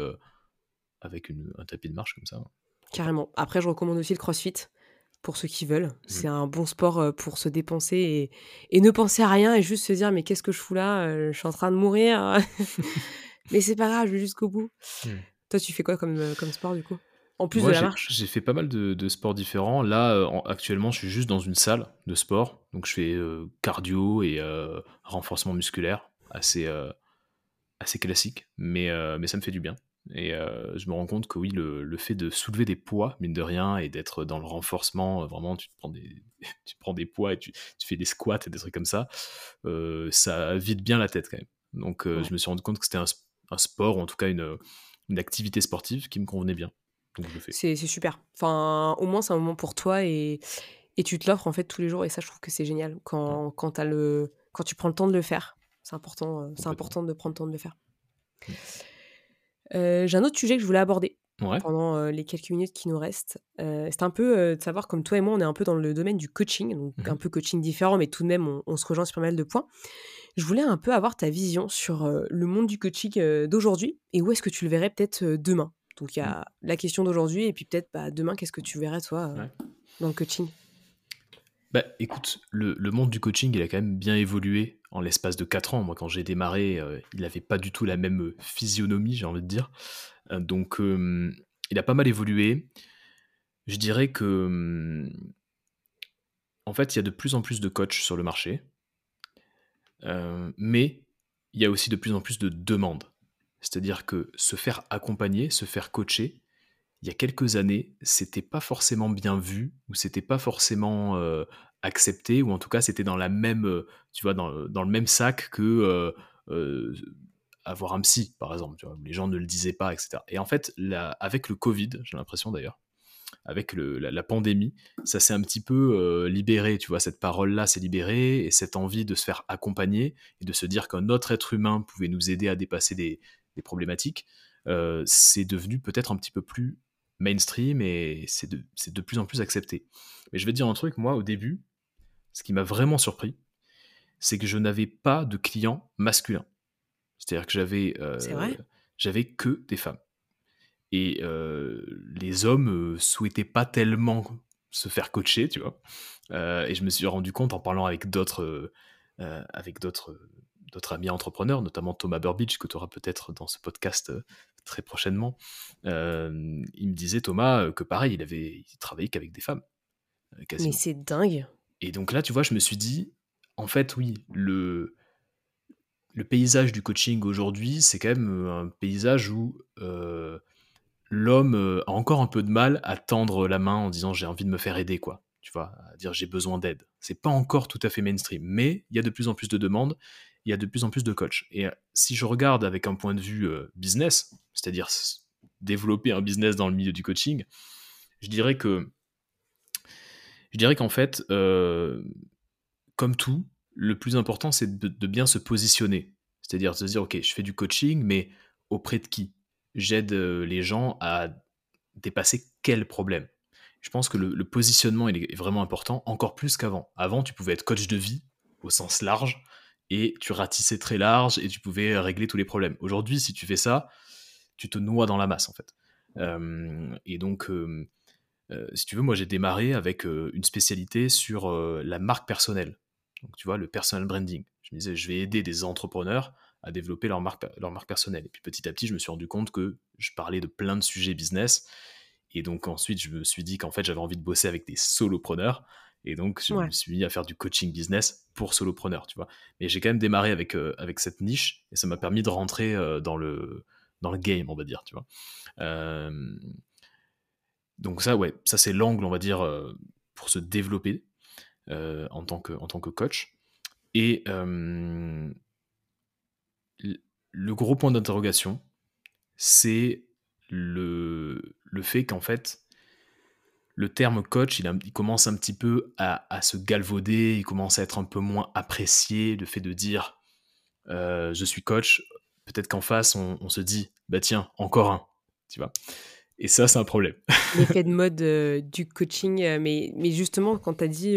avec un tapis de marche comme ça. Pourquoi pas. carrément. Après, je recommande aussi le CrossFit pour ceux qui veulent. Mm. C'est un bon sport pour se dépenser et ne penser à rien et juste se dire mais qu'est-ce que je fous là? Je suis en train de mourir. Mais c'est pas grave, je vais jusqu'au bout. Mm. Toi, tu fais quoi comme sport, du coup? En plus de Moi, la marche? j'ai fait pas mal de sports différents. Là, actuellement, je suis juste dans une salle de sport. Donc, je fais cardio et renforcement musculaire, assez classique, mais ça me fait du bien. Et je me rends compte que oui, le fait de soulever des poids, mine de rien, et d'être dans le renforcement, vraiment, tu te prends tu prends des poids et tu fais des squats et des trucs comme ça vide bien la tête quand même. Donc Ouais. je me suis rendu compte que c'était un sport, ou en tout cas une activité sportive qui me convenait bien. Donc je le fais. C'est super. Enfin, au moins, c'est un moment pour toi et tu te l'offres, en fait, tous les jours et ça, je trouve que c'est génial Ouais, quand tu prends le temps de le faire. C'est complètement. important de prendre le temps de le faire. Mm. J'ai un autre sujet que je voulais aborder Ouais. pendant, les quelques minutes qui nous restent. C'est un peu, de savoir comme toi et moi, on est un peu dans le domaine du coaching, donc un Mhm. peu coaching différent, mais tout de même, on se rejoint sur pas mal de points. Je voulais un peu avoir ta vision sur, le monde du coaching, d'aujourd'hui et où est-ce que tu le verrais peut-être, demain? Donc il y Mm. a la question d'aujourd'hui et puis peut-être, demain, qu'est-ce que tu verrais toi, Ouais. dans le coaching? Bah, écoute, le monde du coaching, il a quand même bien évolué en l'espace de 4 ans. Moi, quand j'ai démarré, il n'avait pas du tout la même physionomie, j'ai envie de dire. Donc, il a pas mal évolué. Je dirais que, en fait, il y a de plus en plus de coachs sur le marché, mais il y a aussi de plus en plus de demandes. C'est-à-dire que se faire accompagner, se faire coacher, il y a quelques années, c'était pas forcément bien vu, ou c'était pas forcément accepté, ou en tout cas, c'était dans la même, tu vois, dans le même sac que euh, avoir un psy, par exemple. Tu vois, où les gens ne le disaient pas, etc. Et en fait, avec le Covid, j'ai l'impression d'ailleurs, avec la pandémie, ça s'est un petit peu libéré, tu vois, cette parole-là s'est libérée, et cette envie de se faire accompagner, et de se dire qu'un autre être humain pouvait nous aider à dépasser des problématiques, c'est devenu peut-être un petit peu plus mainstream, et c'est de plus en plus accepté. Mais je vais te dire un truc, moi, au début, ce qui m'a vraiment surpris, c'est que je n'avais pas de clients masculins. C'est-à-dire que C'est vrai? j'avais que des femmes. Et les hommes souhaitaient pas tellement se faire coacher, tu vois. Et je me suis rendu compte en parlant avec d'autres amis entrepreneurs, notamment Thomas Burbidge, que tu auras peut-être dans ce podcast très prochainement. Il me disait, Thomas, que pareil, il travaillait qu'avec des femmes, Mais quasiment. c'est dingue. Et donc là, tu vois, je me suis dit, en fait, oui, le paysage du coaching aujourd'hui, c'est quand même un paysage où l'homme a encore un peu de mal à tendre la main en disant j'ai envie de me faire aider, quoi. Tu vois, à dire j'ai besoin d'aide. C'est pas encore tout à fait mainstream, mais il y a de plus en plus de demandes, il y a de plus en plus de coachs. Et si je regarde avec un point de vue business, c'est-à-dire développer un business dans le milieu du coaching, je dirais que je dirais qu'en fait, comme tout, le plus important, c'est de bien se positionner. C'est-à-dire de se dire, ok, je fais du coaching, mais auprès de qui? J'aide les gens à dépasser quel problème? Je pense que le positionnement il est vraiment important, encore plus qu'avant. Avant, tu pouvais être coach de vie au sens large, et tu ratissais très large, et tu pouvais régler tous les problèmes. Aujourd'hui, si tu fais ça, tu te noies dans la masse, en fait. Et donc, si tu veux, moi j'ai démarré avec une spécialité sur la marque personnelle. Donc tu vois, le personal branding. Je me disais, je vais aider des entrepreneurs à développer leur marque personnelle. Et puis petit à petit, je me suis rendu compte que je parlais de plein de sujets business. Et donc ensuite, je me suis dit qu'en fait, j'avais envie de bosser avec des solopreneurs. Et donc, je me Ouais. suis mis à faire du coaching business pour solopreneurs, tu vois. Mais j'ai quand même démarré avec cette niche, et ça m'a permis de rentrer dans le game, on va dire, tu vois. Euh, donc ça, ouais, ça c'est l'angle, on va dire, pour se développer en tant que coach. Et le gros point d'interrogation, c'est le fait qu'en fait, le terme coach, il commence un petit peu à se galvauder, il commence à être un peu moins apprécié, le fait de dire je suis coach, peut-être qu'en face, on se dit, bah tiens, encore un, tu vois. Et ça, c'est un problème. L'effet de mode du coaching, mais justement, quand tu as dit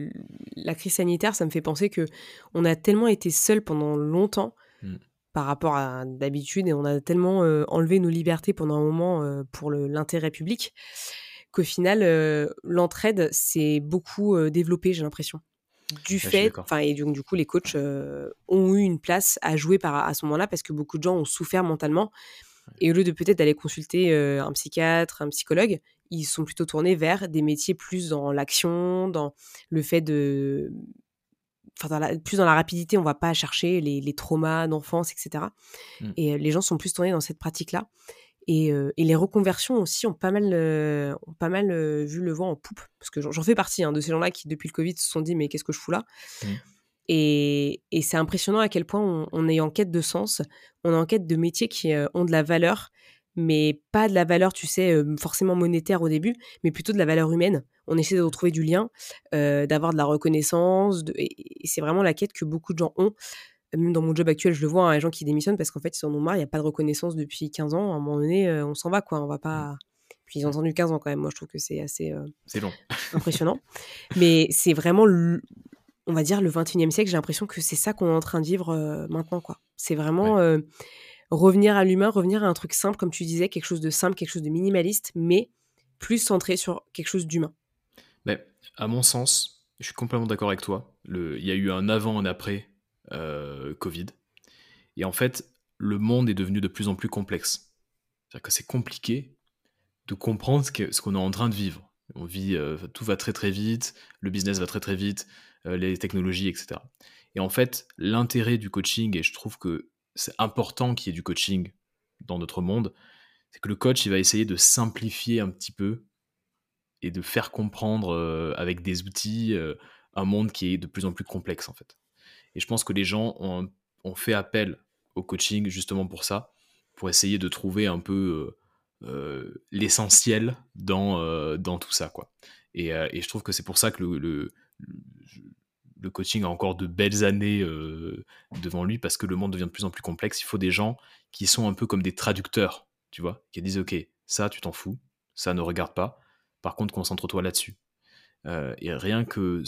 la crise sanitaire, ça me fait penser que on a tellement été seuls pendant longtemps Mm. par rapport à d'habitude, et on a tellement enlevé nos libertés pendant un moment pour l'intérêt public, qu'au final, l'entraide s'est beaucoup développée, j'ai l'impression. Du Ouais, je suis fait, d'accord. enfin, et donc du coup, les coachs ont eu une place à jouer à ce moment-là, parce que beaucoup de gens ont souffert mentalement, et au lieu de peut-être d'aller consulter un psychiatre, un psychologue, ils sont plutôt tournés vers des métiers plus dans l'action, dans le fait de... Enfin, plus dans la rapidité, on va pas chercher les traumas d'enfance, etc. Mm. Et les gens sont plus tournés dans cette pratique-là. Et les reconversions aussi ont pas mal vu le vent en poupe. Parce que j'en fais partie de ces gens-là qui, depuis le Covid, se sont dit « mais qu'est-ce que je fous là ?» Mm. Et c'est impressionnant à quel point on est en quête de sens, on est en quête de métiers qui ont de la valeur, mais pas de la valeur, tu sais, forcément monétaire au début, mais plutôt de la valeur humaine. On essaie de retrouver du lien, d'avoir de la reconnaissance, et c'est vraiment la quête que beaucoup de gens ont. Même dans mon job actuel, je le vois, les gens qui démissionnent parce qu'en fait, ils en ont marre, il n'y a pas de reconnaissance depuis 15 ans. À un moment donné, on s'en va, quoi. On va Mm. pas... Puis ils ont Ouais. entendu 15 ans quand même. Moi, je trouve que c'est assez C'est long. impressionnant. Mais c'est vraiment on va dire le 21e siècle, j'ai l'impression que c'est ça qu'on est en train de vivre maintenant, quoi. C'est Ouais. vraiment revenir à l'humain, revenir à un truc simple, comme tu disais, quelque chose de simple, quelque chose de minimaliste, mais plus centré sur quelque chose d'humain. Mais à mon sens, je suis complètement d'accord avec toi. Il y a eu un avant, un après Covid. Et en fait, le monde est devenu de plus en plus complexe. C'est-à-dire que c'est compliqué de comprendre ce qu'on est en train de vivre. On vit, tout va très très vite, le business va très très vite, les technologies, etc. Et en fait, l'intérêt du coaching, et je trouve que c'est important qu'il y ait du coaching dans notre monde, c'est que le coach, il va essayer de simplifier un petit peu et de faire comprendre avec des outils un monde qui est de plus en plus complexe, en fait. Et je pense que les gens ont fait appel au coaching justement pour ça, pour essayer de trouver un peu l'essentiel dans tout ça, quoi. Et je trouve que c'est pour ça que le coaching a encore de belles années devant lui, parce que le monde devient de plus en plus complexe. Il faut des gens qui sont un peu comme des traducteurs, tu vois, qui disent ok, ça tu t'en fous, ça ne regarde pas, par contre concentre-toi là-dessus. Et rien que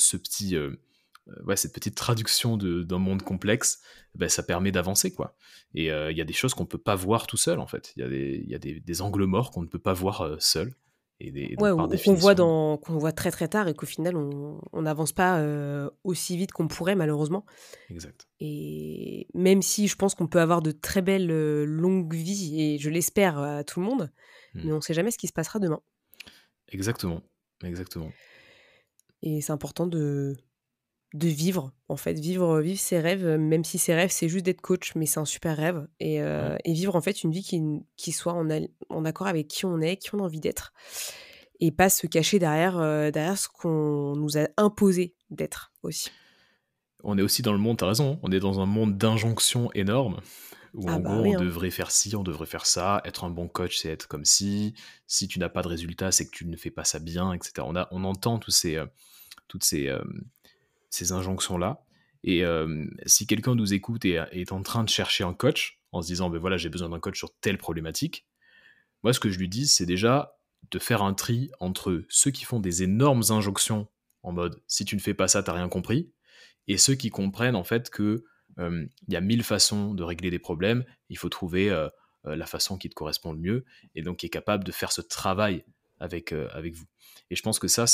cette petite traduction d'un monde complexe, ben, ça permet d'avancer, quoi. Et il y a des choses qu'on ne peut pas voir tout seul, en fait. Il y a des angles morts qu'on ne peut pas voir seul. Et Ouais, donc, par ou qu'on voit définition, qu'on voit très, très tard et qu'au final on n'avance pas, aussi vite qu'on pourrait malheureusement exact. et même si je pense qu'on peut avoir de très belles, longues vies et je l'espère à tout le monde, Hmm. mais on ne sait jamais ce qui se passera demain Exactement. Exactement. et c'est important de vivre, en fait, vivre ses rêves, même si ses rêves, c'est juste d'être coach, mais c'est un super rêve Ouais. et vivre, en fait, une vie qui soit en accord avec qui on est, qui on a envie d'être et pas se cacher derrière ce qu'on nous a imposé d'être aussi. On est aussi dans le monde, t'as raison, on est dans un monde d'injonctions énormes, où Ah en bah gros, oui, on hein. devrait faire ci, on devrait faire ça, être un bon coach, c'est être comme si tu n'as pas de résultat, c'est que tu ne fais pas ça bien, etc. On entend toutes ces injonctions-là. Et si quelqu'un nous écoute et est en train de chercher un coach, en se disant, ben voilà, j'ai besoin d'un coach sur telle problématique, moi, ce que je lui dis, c'est déjà de faire un tri entre ceux qui font des énormes injonctions en mode, si tu ne fais pas ça, t'as rien compris, et ceux qui comprennent en fait que il y a 1000 façons de régler des problèmes, il faut trouver la façon qui te correspond le mieux, et donc qui est capable de faire ce travail avec vous. Et je pense que ça,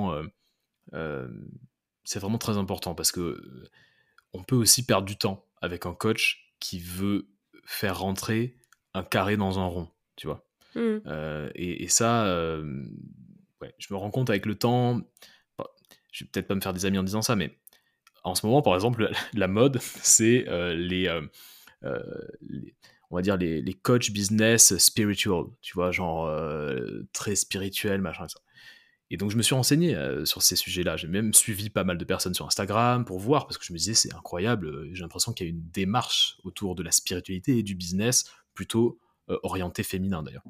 euh, c'est vraiment très important, parce que on peut aussi perdre du temps avec un coach qui veut faire rentrer un carré dans un rond, tu vois. Mmh. Et ça, ouais, je me rends compte avec le temps, bah, je vais peut-être pas me faire des amis en disant ça, mais en ce moment, par exemple, la mode, c'est euh, les- on va dire les coachs business spiritual, tu vois, genre très spirituel, machin, ça. Et donc je me suis renseigné sur ces sujets-là. J'ai même suivi pas mal de personnes sur Instagram pour voir, parce que je me disais, c'est incroyable, j'ai l'impression qu'il y a une démarche autour de la spiritualité et du business, plutôt orientée féminin d'ailleurs.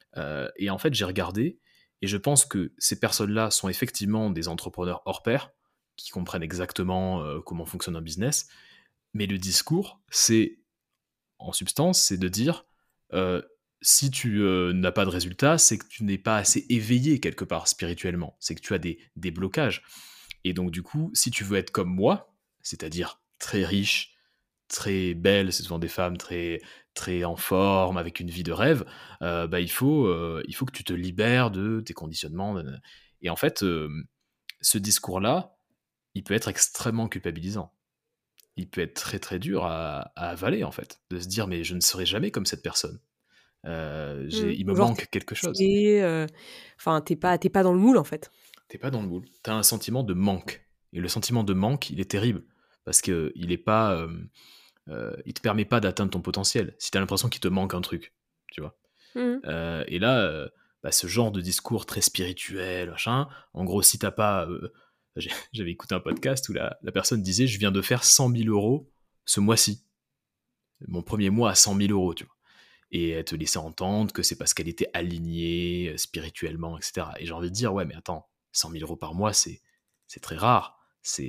Et en fait, j'ai regardé, et je pense que ces personnes-là sont effectivement des entrepreneurs hors pair, qui comprennent exactement comment fonctionne un business, mais le discours, c'est, en substance, c'est de dire, euh, si tu n'as pas de résultat, c'est que tu n'es pas assez éveillé quelque part spirituellement, c'est que tu as des blocages. Et donc du coup, si tu veux être comme moi, c'est-à-dire très riche, très belles, c'est souvent des femmes très, très en forme, avec une vie de rêve, bah, il faut que tu te libères de tes conditionnements. Et en fait, ce discours-là, il peut être extrêmement culpabilisant. Il peut être très très dur à avaler, en fait, de se dire, mais je ne serai jamais comme cette personne. Mmh. Il me Ou genre tu manque quelque chose. es enfin tu es pas dans le moule, en fait. T'es pas dans le moule. T'as un sentiment de manque. Et le sentiment de manque, il est terrible. Parce que il est pas, il te permet pas d'atteindre ton potentiel. Si t'as l'impression qu'il te manque un truc, tu vois. Mmh. Et là, bah, ce genre de discours très spirituel, machin, en gros, si t'as pas. J'avais écouté un podcast où la personne disait, je viens de faire 100 000 € ce mois-ci. Mon premier mois à 100 000 €, tu vois. Et elle te laissait entendre que c'est parce qu'elle était alignée spirituellement, etc. Et j'ai envie de dire, ouais, mais attends, 100 000 € par mois, c'est très rare.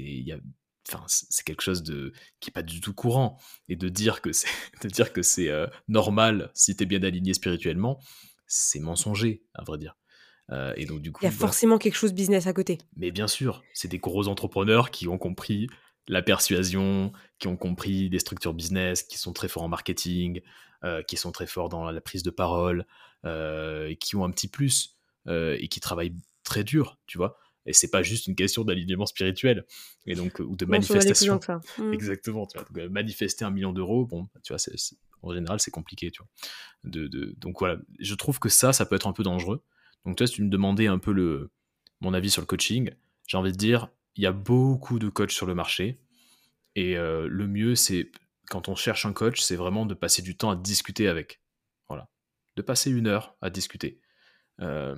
Enfin, c'est quelque chose qui est pas du tout courant. Et de dire que de dire que c'est normal si t'es bien aligné spirituellement, c'est mensonger, à vrai dire. Et donc, du Il y coup, a voilà. forcément quelque chose business à côté. Mais bien sûr, c'est des gros entrepreneurs qui ont compris la persuasion, qui ont compris les structures business, qui sont très forts en marketing, qui sont très forts dans la prise de parole, et qui ont un petit plus, et qui travaillent très dur, tu vois. Et c'est pas juste une question d'alignement spirituel, et donc, ou de Non, ça doit aller plus loin manifestation. que ça. Mmh. Exactement, tu vois. Donc, manifester 1 million d'euros, bon, tu vois, en général, c'est compliqué, tu vois. Donc voilà, je trouve que ça peut être un peu dangereux. Donc toi, si tu me demandais un peu mon avis sur le coaching, j'ai envie de dire, il y a beaucoup de coachs sur le marché, et le mieux, c'est, quand on cherche un coach, c'est vraiment de passer du temps à discuter avec. Voilà. De passer 1 heure à discuter. Euh,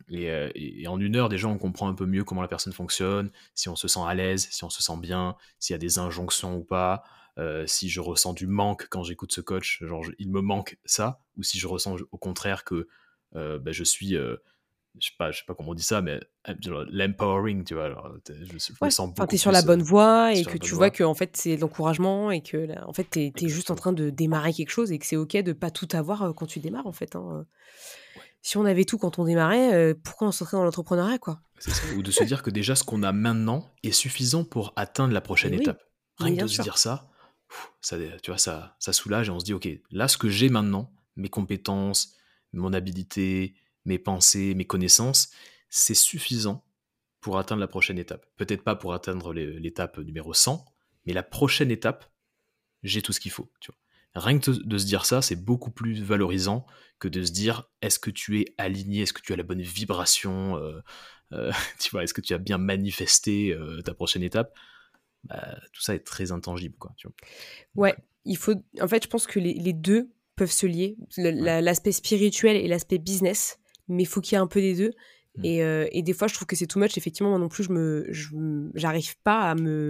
et en 1 heure, déjà, on comprend un peu mieux comment la personne fonctionne, si on se sent à l'aise, si on se sent bien, s'il y a des injonctions ou pas, si je ressens du manque quand j'écoute ce coach, genre il me manque ça, ou si je ressens au contraire que je suis, je sais pas comment on dit ça, mais genre, l'empowering, tu vois. Alors, je me Ouais, sens enfin, beaucoup tu es sur la plus bonne voie et sur que la bonne tu vois voie. que en fait, c'est de l'encouragement et que là, en fait, tu es juste en Exactement. train de démarrer quelque chose et que c'est OK de pas tout avoir, quand tu démarres, en fait, hein. Ouais, Si on avait tout quand on démarrait, pourquoi on se lancerait dans l'entrepreneuriat, quoi? c'est ça. Ou de se dire que déjà ce qu'on a maintenant est suffisant pour atteindre la prochaine Et oui, étape. Rien mais que de bien se sûr. dire ça, ça, tu vois, ça soulage et on se dit, ok, là, ce que j'ai maintenant, mes compétences, mon habilité, mes pensées, mes connaissances, c'est suffisant pour atteindre la prochaine étape. Peut-être pas pour atteindre l'étape numéro 100, mais la prochaine étape, j'ai tout ce qu'il faut. Tu vois. Rien que de se dire ça, c'est beaucoup plus valorisant que de se dire est-ce que tu es aligné, est-ce que tu as la bonne vibration, tu vois, est-ce que tu as bien manifesté ta prochaine étape. Bah, tout ça est très intangible, quoi. Tu vois. Donc, Ouais, il faut en fait, je pense que les 2 peuvent se lier, ouais. l'aspect spirituel et l'aspect business, mais il faut qu'il y ait un peu des 2 Mm. et des fois, je trouve que c'est too much. Effectivement, moi non plus, j'arrive pas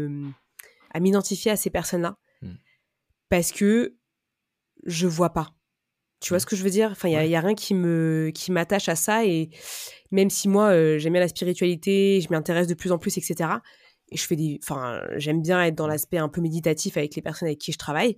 à m'identifier à ces personnes-là Mm. parce que je vois pas. Tu vois Mm. ce que je veux dire? Enfin, il Ouais. y a rien qui m'attache à ça et même si moi, j'aime bien la spiritualité, je m'intéresse de plus en plus et cetera et j'aime bien être dans l'aspect un peu méditatif avec les personnes avec qui je travaille.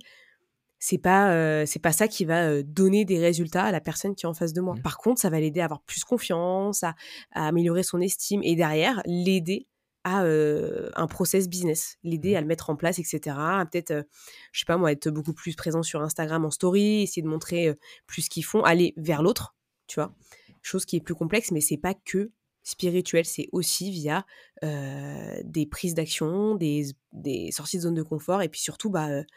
C'est pas ça qui va, donner des résultats à la personne qui est en face de moi. Mm. Par contre, ça va l'aider à avoir plus confiance, à améliorer son estime et derrière, l'aider à, un process business, l'aider Mm. à le mettre en place et cetera, à peut-être, je sais pas moi, être beaucoup plus présent sur Instagram en story, essayer de montrer, plus ce qu'ils font, aller vers l'autre, tu vois? Chose qui est plus complexe, mais c'est pas que spirituel, c'est aussi via, des prises d'action, des sorties de zone de confort et puis surtout,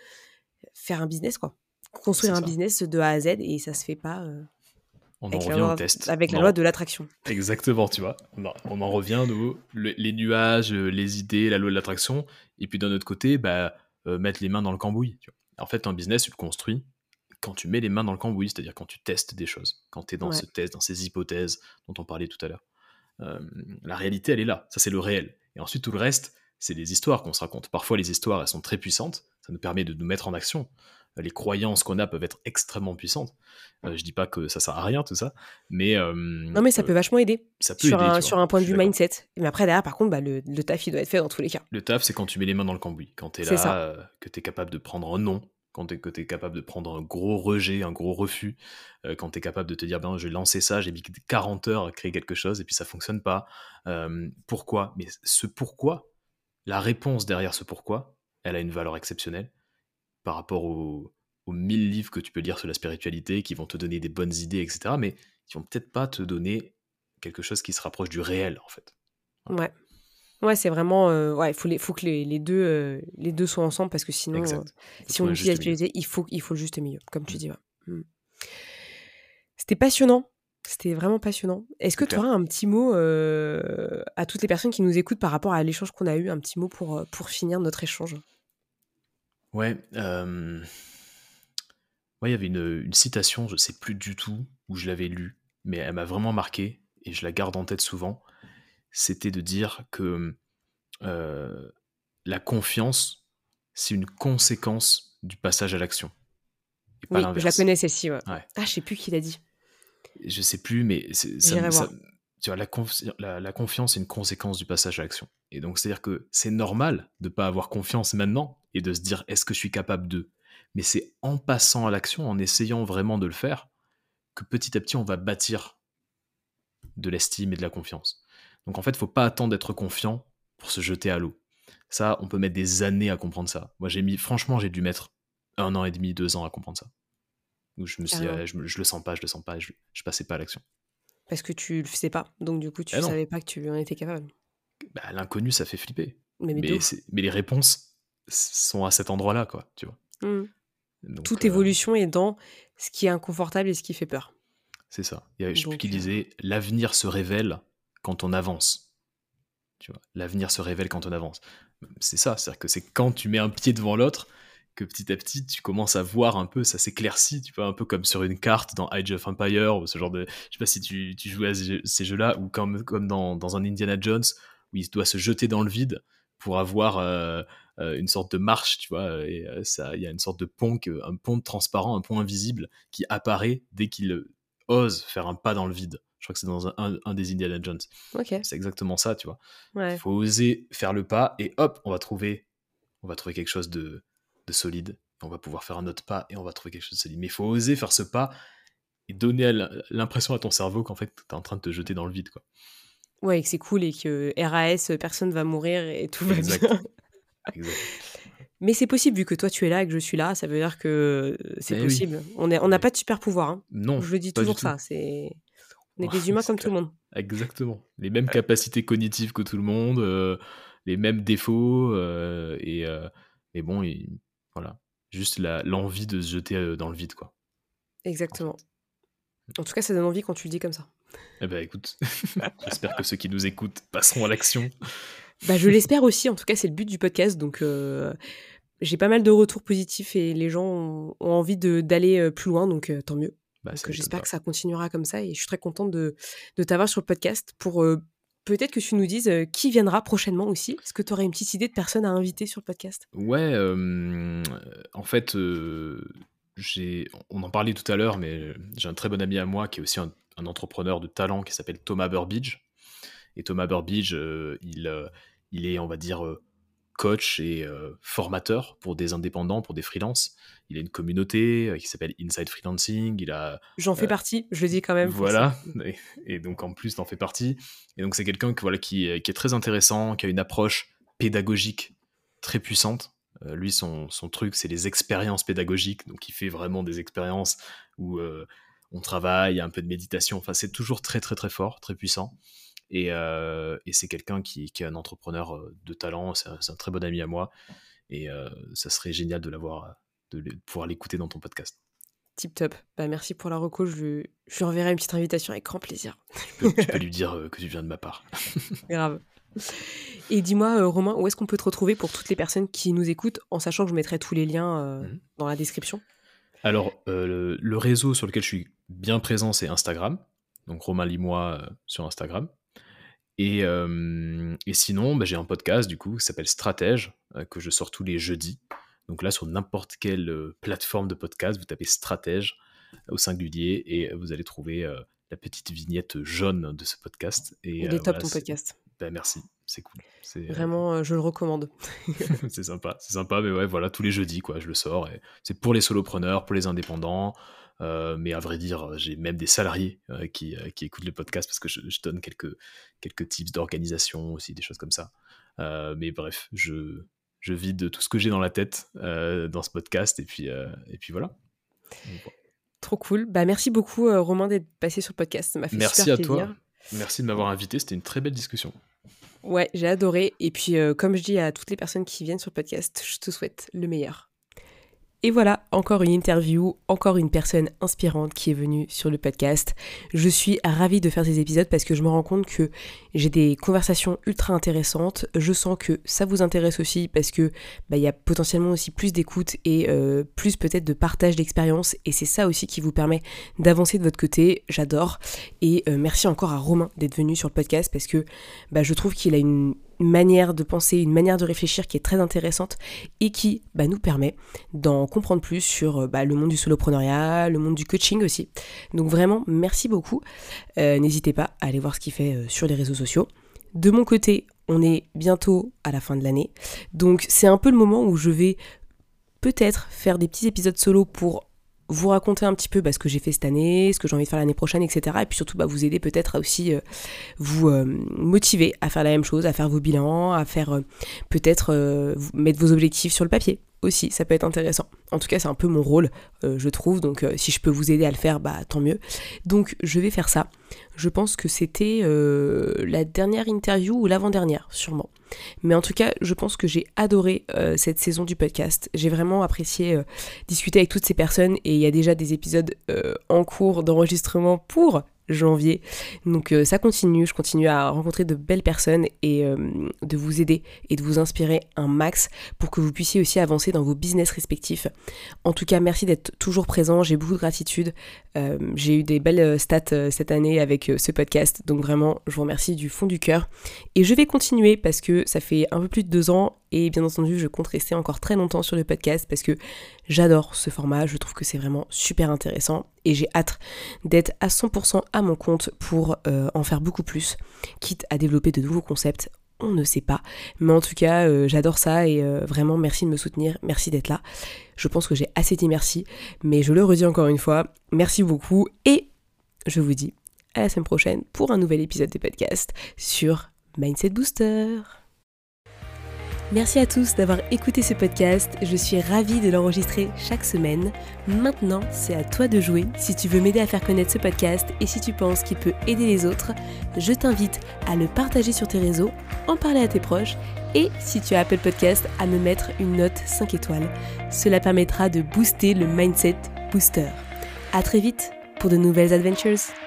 faire un business, quoi. Construire C'est un ça. business de A à Z et ça se fait pas, On en revient au test. avec la loi de l'attraction. Exactement, tu vois. On en revient, nous, les nuages, les idées, la loi de l'attraction. Et puis d'un autre côté, mettre les mains dans le cambouis. Tu vois. En fait, un business, tu le construis quand tu mets les mains dans le cambouis, c'est-à-dire quand tu testes des choses, quand tu es dans Ouais. ce test, dans ces hypothèses dont on parlait tout à l'heure. Euh, la réalité, elle est là. Ça, c'est le réel. Et ensuite, tout le reste, c'est les histoires qu'on se raconte. Parfois, les histoires, elles sont très puissantes. Ça nous permet de nous mettre en action. Les croyances qu'on a peuvent être extrêmement puissantes. Je dis pas que ça sert à rien, tout ça, mais Non, mais ça peut vachement aider ça peut aider, tu vois. sur un point Je de suis vue d'accord. mindset. Mais après derrière, par contre, le taf, il doit être fait dans tous les cas. Le taf, c'est quand tu mets les mains dans le cambouis. Quand tu es C'est ça. là, que tu es capable de prendre un non, que tu es capable de prendre un gros rejet, un gros refus, quand tu es capable de te dire, ben, je vais lancer ça, j'ai mis 40 heures à créer quelque chose et puis ça fonctionne pas. Pourquoi? Mais ce pourquoi, la réponse derrière ce pourquoi, elle a une valeur exceptionnelle par rapport aux 1000 livres que tu peux lire sur la spiritualité, qui vont te donner des bonnes idées, etc., mais qui vont peut-être pas te donner quelque chose qui se rapproche du réel, en fait. Voilà. Ouais. Ouais, c'est vraiment, ouais, faut que les 2 soient ensemble parce que sinon, Exact. Il faut si on trouver un utilise la juste milieu. spiritualité, il faut le juste milieu, comme tu Mm. dis, ouais. Mmh. C'était passionnant. C'était vraiment passionnant. Est-ce que tu auras Super. un petit mot, à toutes les personnes qui nous écoutent par rapport à l'échange qu'on a eu, un petit mot pour finir notre échange? Ouais, ouais, il y avait une citation, je sais plus du tout où je l'avais lue, mais elle m'a vraiment marqué et je la garde en tête souvent. C'était de dire que euh, la confiance, c'est une conséquence du passage à l'action et pas Oui, je la l'inverse. connais celle-ci, ouais. Ouais. Ah, je sais plus qui l'a dit. Je sais plus, mais J'irai voir. tu vois, la confiance est une conséquence du passage à l'action. Et donc, c'est-à-dire que c'est normal de pas avoir confiance maintenant et de se dire est-ce que je suis capable de. Mais c'est en passant à l'action, en essayant vraiment de le faire, que petit à petit, on va bâtir de l'estime et de la confiance. Donc, en fait, faut pas attendre d'être confiant pour se jeter à l'eau. Ça, on peut mettre des années à comprendre ça. Moi, franchement, j'ai dû mettre 1 an et demi, 2 ans à comprendre ça. Où je me suis dit, Carrément. ah, je le sens pas, je le sens pas, et je passais pas à l'action. Parce que tu le faisais pas, donc du coup, tu Eh non, savais pas que tu en étais capable. bah, l'inconnu, ça fait flipper. Mais de ouf. Mais les réponses sont à cet endroit-là, quoi, tu vois. Mmh. Donc, Toute évolution est dans ce qui est inconfortable et ce qui fait peur. c'est ça. Je sais plus qui Donc disait, l'avenir se révèle quand on avance. Tu vois, l'avenir se révèle quand on avance. C'est ça, c'est-à-dire que c'est quand tu mets un pied devant l'autre que petit à petit, tu commences à voir un peu, ça s'éclaircit, tu vois, un peu comme sur une carte dans Age of Empire, ou ce genre de... Je sais pas si tu jouais à ces jeux-là, ou comme dans un Indiana Jones, où il doit se jeter dans le vide pour avoir une sorte de marche, tu vois, il y a une sorte de pont, un pont transparent, un pont invisible qui apparaît dès qu'il ose faire un pas dans le vide. Je crois que c'est dans un des Indiana Jones. Ok. C'est exactement ça, tu vois. Ouais. Faut oser faire le pas et hop, on va trouver quelque chose de solide. On va pouvoir faire un autre pas et on va trouver quelque chose de solide. Mais il faut oser faire ce pas et donner l'impression à ton cerveau qu'en fait, t'es en train de te jeter dans le vide, quoi. Ouais, et que c'est cool et que RAS, personne va mourir et tout va Exact. bien. Exact. Mais c'est possible, vu que toi tu es là et que je suis là, ça veut dire que c'est Eh oui. possible. On n'a pas de super pouvoir. Hein. Non, Je le dis pas du toujours tout. ça. On est des humains C'est comme clair. tout le monde. Exactement. Les mêmes capacités cognitives que tout le monde, les mêmes défauts, et bon, voilà. Juste l'envie de se jeter dans le vide, quoi. Exactement. En fait. En tout cas, ça donne envie quand tu le dis comme ça. Eh ben écoute, j'espère que ceux qui nous écoutent passeront à l'action. Bah, je l'espère aussi. En tout cas, c'est le but du podcast. Donc, j'ai pas mal de retours positifs et les gens ont envie d'aller plus loin. Donc, tant mieux. Bah, Donc, ça m'étonne j'espère pas. que ça continuera comme ça. Et je suis très contente de t'avoir sur le podcast pour peut-être que tu nous dises qui viendra prochainement aussi. Est-ce que tu aurais une petite idée de personne à inviter sur le podcast? Ouais, en fait, on en parlait tout à l'heure, mais j'ai un très bon ami à moi qui est aussi un entrepreneur de talent qui s'appelle Thomas Burbidge. Et Thomas Burbidge, il est, on va dire, coach et formateur pour des indépendants, pour des freelances. Il a une communauté qui s'appelle Inside Freelancing. J'en fais partie, je le dis quand même. Voilà, et donc en plus, t'en fais partie. Et donc c'est quelqu'un qui est très intéressant, qui a une approche pédagogique très puissante. Lui, son truc, c'est les expériences pédagogiques. Donc il fait vraiment des expériences où on travaille, il y a un peu de méditation. Enfin, c'est toujours très très très fort, très puissant. Et c'est quelqu'un qui est un entrepreneur de talent. C'est un très bon ami à moi. Et ça serait génial de pouvoir l'écouter dans ton podcast. Tip top. Bah, merci pour la reco. Je lui enverrai une petite invitation avec grand plaisir. Tu peux lui dire que tu viens de ma part. Grave. Et dis-moi, Romain, où est-ce qu'on peut te retrouver pour toutes les personnes qui nous écoutent, en sachant que je mettrai tous les liens dans la description? Alors, le réseau sur lequel je suis bien présent, c'est Instagram. Donc, Romain Limois sur Instagram. Et sinon, j'ai un podcast, du coup, qui s'appelle Stratège, que je sors tous les jeudis. Donc là, sur n'importe quelle plateforme de podcast, vous tapez Stratège au singulier et vous allez trouver la petite vignette jaune de ce podcast. Et, Il est top ton podcast. Merci, c'est cool. Vraiment, je le recommande. c'est sympa, mais ouais, voilà, tous les jeudis, quoi, je le sors. Et c'est pour les solopreneurs, pour les indépendants. Mais à vrai dire, j'ai même des salariés qui écoutent le podcast parce que je donne quelques tips d'organisation aussi, des choses comme ça. Mais bref, je vide tout ce que j'ai dans la tête dans ce podcast et puis voilà. Trop cool. Bah, merci beaucoup Romain d'être passé sur le podcast. Ça m'a fait Merci super à plaisir. toi. Merci de m'avoir invité. C'était une très belle discussion. Ouais, j'ai adoré. Et puis, comme je dis à toutes les personnes qui viennent sur le podcast, je te souhaite le meilleur. Et voilà, encore une interview, encore une personne inspirante qui est venue sur le podcast. Je suis ravie de faire ces épisodes parce que je me rends compte que j'ai des conversations ultra intéressantes. Je sens que ça vous intéresse aussi parce que y a potentiellement aussi plus d'écoute et plus peut-être de partage d'expérience. Et c'est ça aussi qui vous permet d'avancer de votre côté. J'adore. Et merci encore à Romain d'être venu sur le podcast parce que je trouve qu'il a une manière de penser, une manière de réfléchir qui est très intéressante et qui nous permet d'en comprendre plus sur le monde du solopreneuriat, le monde du coaching aussi. Donc vraiment, merci beaucoup. N'hésitez pas à aller voir ce qu'il fait sur les réseaux sociaux. De mon côté, on est bientôt à la fin de l'année. Donc c'est un peu le moment où je vais peut-être faire des petits épisodes solo pour vous raconter un petit peu ce que j'ai fait cette année, ce que j'ai envie de faire l'année prochaine, etc. Et puis surtout vous aider peut-être à aussi vous motiver à faire la même chose, à faire vos bilans, à faire peut-être mettre vos objectifs sur le papier aussi, ça peut être intéressant. En tout cas, c'est un peu mon rôle, je trouve, donc si je peux vous aider à le faire, tant mieux. Donc je vais faire ça. Je pense que c'était la dernière interview ou l'avant-dernière, sûrement. Mais en tout cas, je pense que j'ai adoré cette saison du podcast. J'ai vraiment apprécié discuter avec toutes ces personnes et il y a déjà des épisodes en cours d'enregistrement pour janvier. Donc ça continue, je continue à rencontrer de belles personnes et de vous aider et de vous inspirer un max pour que vous puissiez aussi avancer dans vos business respectifs. En tout cas, merci d'être toujours présent, j'ai beaucoup de gratitude. J'ai eu des belles stats cette année avec ce podcast, donc vraiment je vous remercie du fond du cœur et je vais continuer parce que ça fait un peu plus de 2 ans et bien entendu je compte rester encore très longtemps sur le podcast parce que j'adore ce format, je trouve que c'est vraiment super intéressant et j'ai hâte d'être à 100% à mon compte pour en faire beaucoup plus, quitte à développer de nouveaux concepts. On ne sait pas, mais en tout cas j'adore ça et vraiment merci de me soutenir, merci d'être là. Je pense que j'ai assez dit merci, mais je le redis encore une fois, merci beaucoup et je vous dis à la semaine prochaine pour un nouvel épisode des podcasts sur Mindset Booster. Merci à tous d'avoir écouté ce podcast, je suis ravie de l'enregistrer chaque semaine. Maintenant, c'est à toi de jouer. Si tu veux m'aider à faire connaître ce podcast et si tu penses qu'il peut aider les autres, je t'invite à le partager sur tes réseaux, en parler à tes proches et si tu as Apple Podcast, à me mettre une note 5 étoiles. Cela permettra de booster le Mindset Booster. À très vite pour de nouvelles adventures.